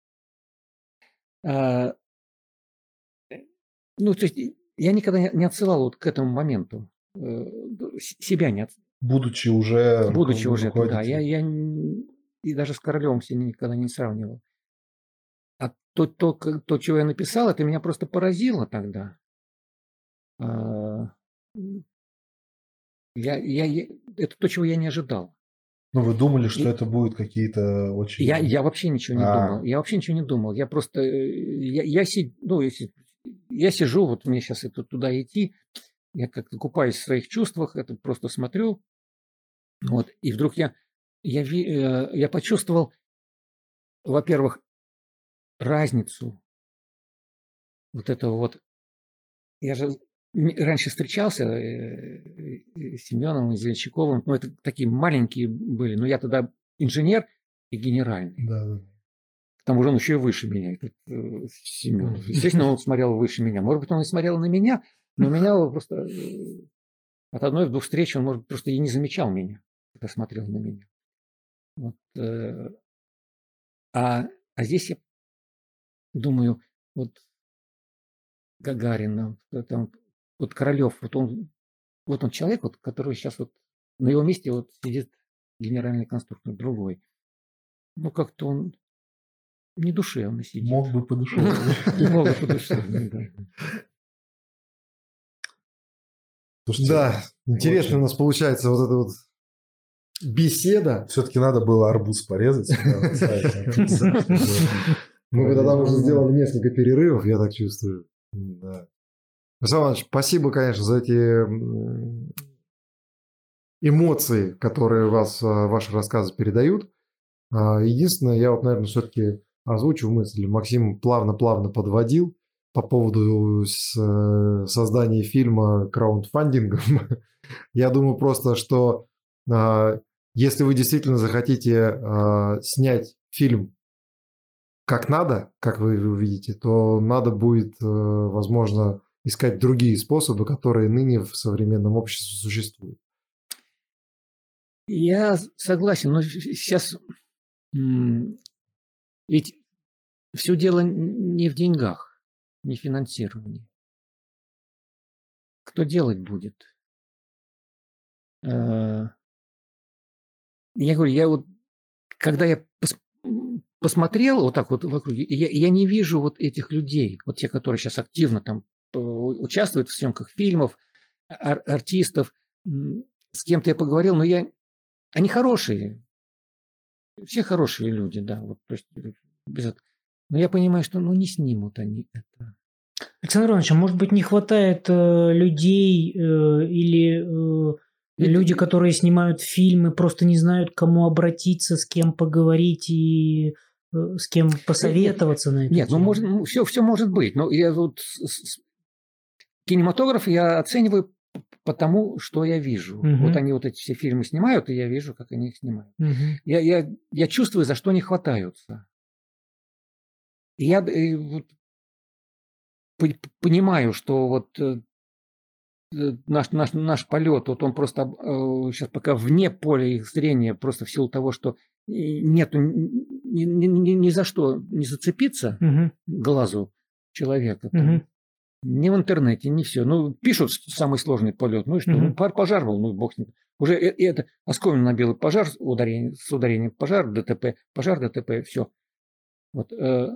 А, э, ну, то есть и я никогда не не отсылал вот к этому моменту. э, с- Себя не отсылал. Будучи уже Будучи руков- уже туда. Я, руководителем. я н- и даже с Королевым себя никогда не сравнивал. А то, то, к- то, чего я написал, это меня просто поразило тогда. А, м, Я, я, я- это то, чего я не ожидал. Ну, вы думали, что И это будет какие-то я, очень... я вообще ничего не думал. А, Я вообще ничего не думал. Я просто, э, я, я, си- ну, если, я сижу, вот мне сейчас это туда идти, я как-то купаюсь в своих чувствах, это просто смотрю, вот, и вдруг я, я, ви- э, я почувствовал, во-первых, разницу вот этого вот. Я же м- раньше встречался э, э, с Семеновым, Зеленщиковым, ну, это такие маленькие были, но я тогда инженер и генеральный. да, да. К тому же он еще и выше меня, этот э, Семенов. Естественно, он смотрел выше меня. Может быть, он и смотрел на меня, но меня вот просто э, от одной-двух встреч он, может быть, просто и не замечал меня, когда смотрел на меня. Вот, э, а, а здесь я думаю, вот Гагарин, э, там, вот Королев, вот он, вот он человек, вот, который сейчас вот на его месте вот сидит генеральный конструктор другой. Ну, как-то он не душевно сидит. Мог бы подушевнее. Мог бы подушевнее, да. Слушайте, Да, интересно очень. у нас получается вот эта вот беседа. Все-таки надо было арбуз порезать. да, оставить, да, чтобы- Мы бы тогда уже Ну, сделали несколько перерывов, я так чувствую. Да. Александр Иванович, спасибо, конечно, за эти м, эмоции, которые вас, а, ваши рассказы передают. А, Единственное, я вот, наверное, все-таки озвучу мысль. Максим плавно-плавно подводил по поводу с- э, создания фильма краундфандингом. Я думаю просто, что а, если вы действительно захотите а, снять фильм как надо, как вы увидите, то надо будет, э, возможно, искать другие способы, которые ныне в современном обществе существуют. Я согласен, но сейчас ведь все дело не в деньгах, не в финансировании. Кто делать будет? Я говорю, я вот, когда я пос, посмотрел вот так вот вокруг, я, я не вижу вот этих людей, вот те, которые сейчас активно там участвуют в съемках фильмов, ар, артистов. С кем-то я поговорил, но я, они хорошие, все хорошие люди, да, вот, то есть без этого. Но я понимаю, что ну не снимут они это. Александр Иванович, а может быть не хватает э, людей э, или э, Ведь... люди, которые снимают фильмы, просто не знают, к кому обратиться, с кем поговорить и э, с кем посоветоваться нет, на это? Нет, ну может, ну, все, все может быть. Но я вот кинематограф я оцениваю по тому, что я вижу. Угу. Вот они вот эти все фильмы снимают, и я вижу, как они их снимают. Угу. Я, я, я чувствую, за что они хватаются. И я и вот понимаю, что вот наш, наш, наш полет, вот он просто э, сейчас пока вне поля их зрения, просто в силу того, что нету ни, ни, ни, ни за что не зацепиться угу. глазу человека. Угу. Ни в интернете, ни все. Ну, пишут самый сложный полет. Ну и что? Угу. Ну, пожар был, ну бог с ним. Уже это оскомину на белый пожар ударение, с ударением пожар, ДТП, пожар, ДТП, все. Вот. Э,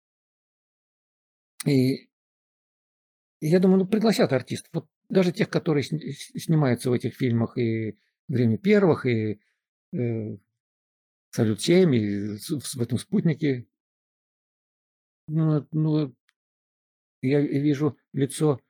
и я думаю, ну, пригласят артистов. Вот даже тех, которые снимаются в этих фильмах и «Время первых», и э, «Салют-семь», и в этом «Спутнике». Ну, ну, я вижу лицо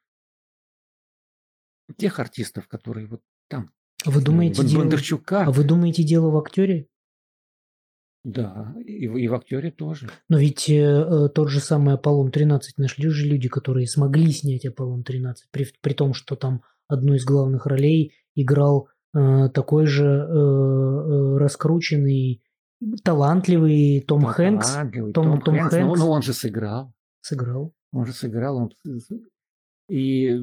тех артистов, которые вот там. Вы думаете, Бондарчука. Дело... А вы думаете, дело в актере? Да, и в, и в актере тоже. Но ведь э, тот же самый «Аполлон тринадцать» нашли же люди, которые смогли снять «Аполлон тринадцать», при, при том, что там одну из главных ролей играл э, такой же э, э, раскрученный, талантливый Том да, Хэнкс. Талантливый Том, Том, Том Хэнкс, Хэнкс. Но, но он же сыграл. Сыграл. Он же сыграл. Он... И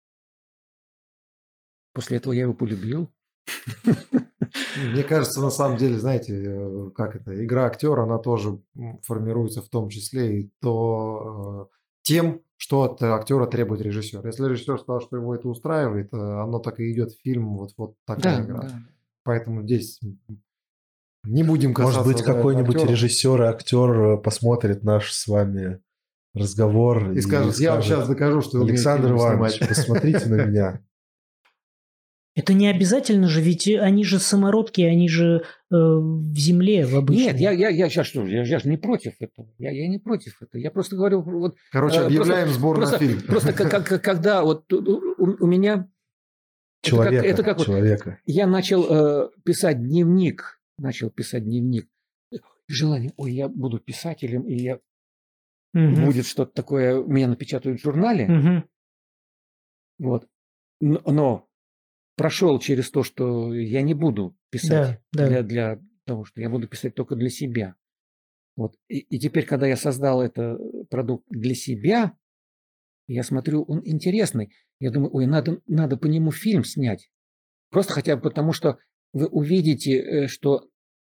после этого я его полюбил. Мне кажется, на самом деле, знаете, как это, игра актера, она тоже формируется в том числе и то э, тем, что от актера требует режиссер. Если режиссер сказал, что его это устраивает, оно так и идет в фильм, вот, вот такая да, игра. Да. Поэтому здесь не будем касаться. Может быть, какой-нибудь актеров. Режиссер и актер посмотрит наш с вами разговор и, и скажет, я вам сейчас докажу, что Александр Иванович, посмотрите на меня. Это не обязательно же, ведь они же самородки, они же э, в земле, в обычной. Нет, я, я, я сейчас что, я, я же не против этого. Я, я не против этого. Я просто говорю... Вот, Короче, объявляем просто, сбор просто, на фильм. Просто как, как, когда вот у, у меня... Человека, это как, это как человека. Вот, я начал э, писать дневник, начал писать дневник. Желание, ой, я буду писателем, и я... Угу. Будет что-то такое, меня напечатают в журнале. Угу. Вот. Но... но прошел через то, что я не буду писать да, для, да. для того, что я буду писать только для себя. Вот. И, и теперь, когда я создал этот продукт для себя, я смотрю, он интересный. Я думаю, ой, надо, надо по нему фильм снять. Просто хотя бы потому, что вы увидите, что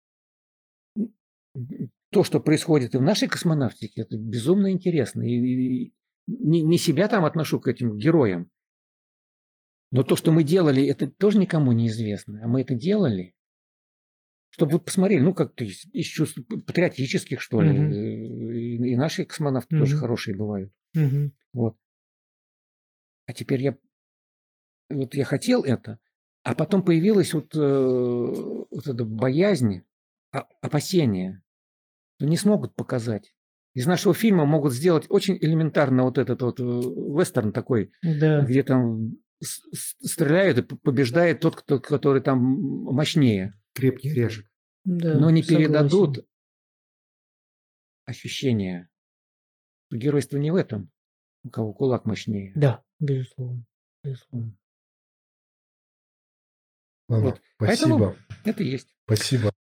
то, что происходит и в нашей космонавтике, это безумно интересно. И, и не, не себя там отношу к этим героям. Но то, что мы делали, это тоже никому не известно. А мы это делали, чтобы вы посмотрели, ну, как-то из, из чувств патриотических, что ли. Uh-huh. И, и наши космонавты uh-huh. тоже хорошие бывают. Uh-huh. Вот. А теперь я... Вот я хотел это, а потом появилась вот, э, вот эта боязнь, опасение, что не смогут показать. Из нашего фильма могут сделать очень элементарно вот этот вот вестерн такой, да. где там... стреляет и побеждает тот, кто, который там мощнее. Крепкий орешек. Да, но не согласен. передадут ощущения. Геройство не в этом, у кого кулак мощнее. Да, безусловно. безусловно. Ладно, вот. Спасибо. Поэтому это есть. Спасибо.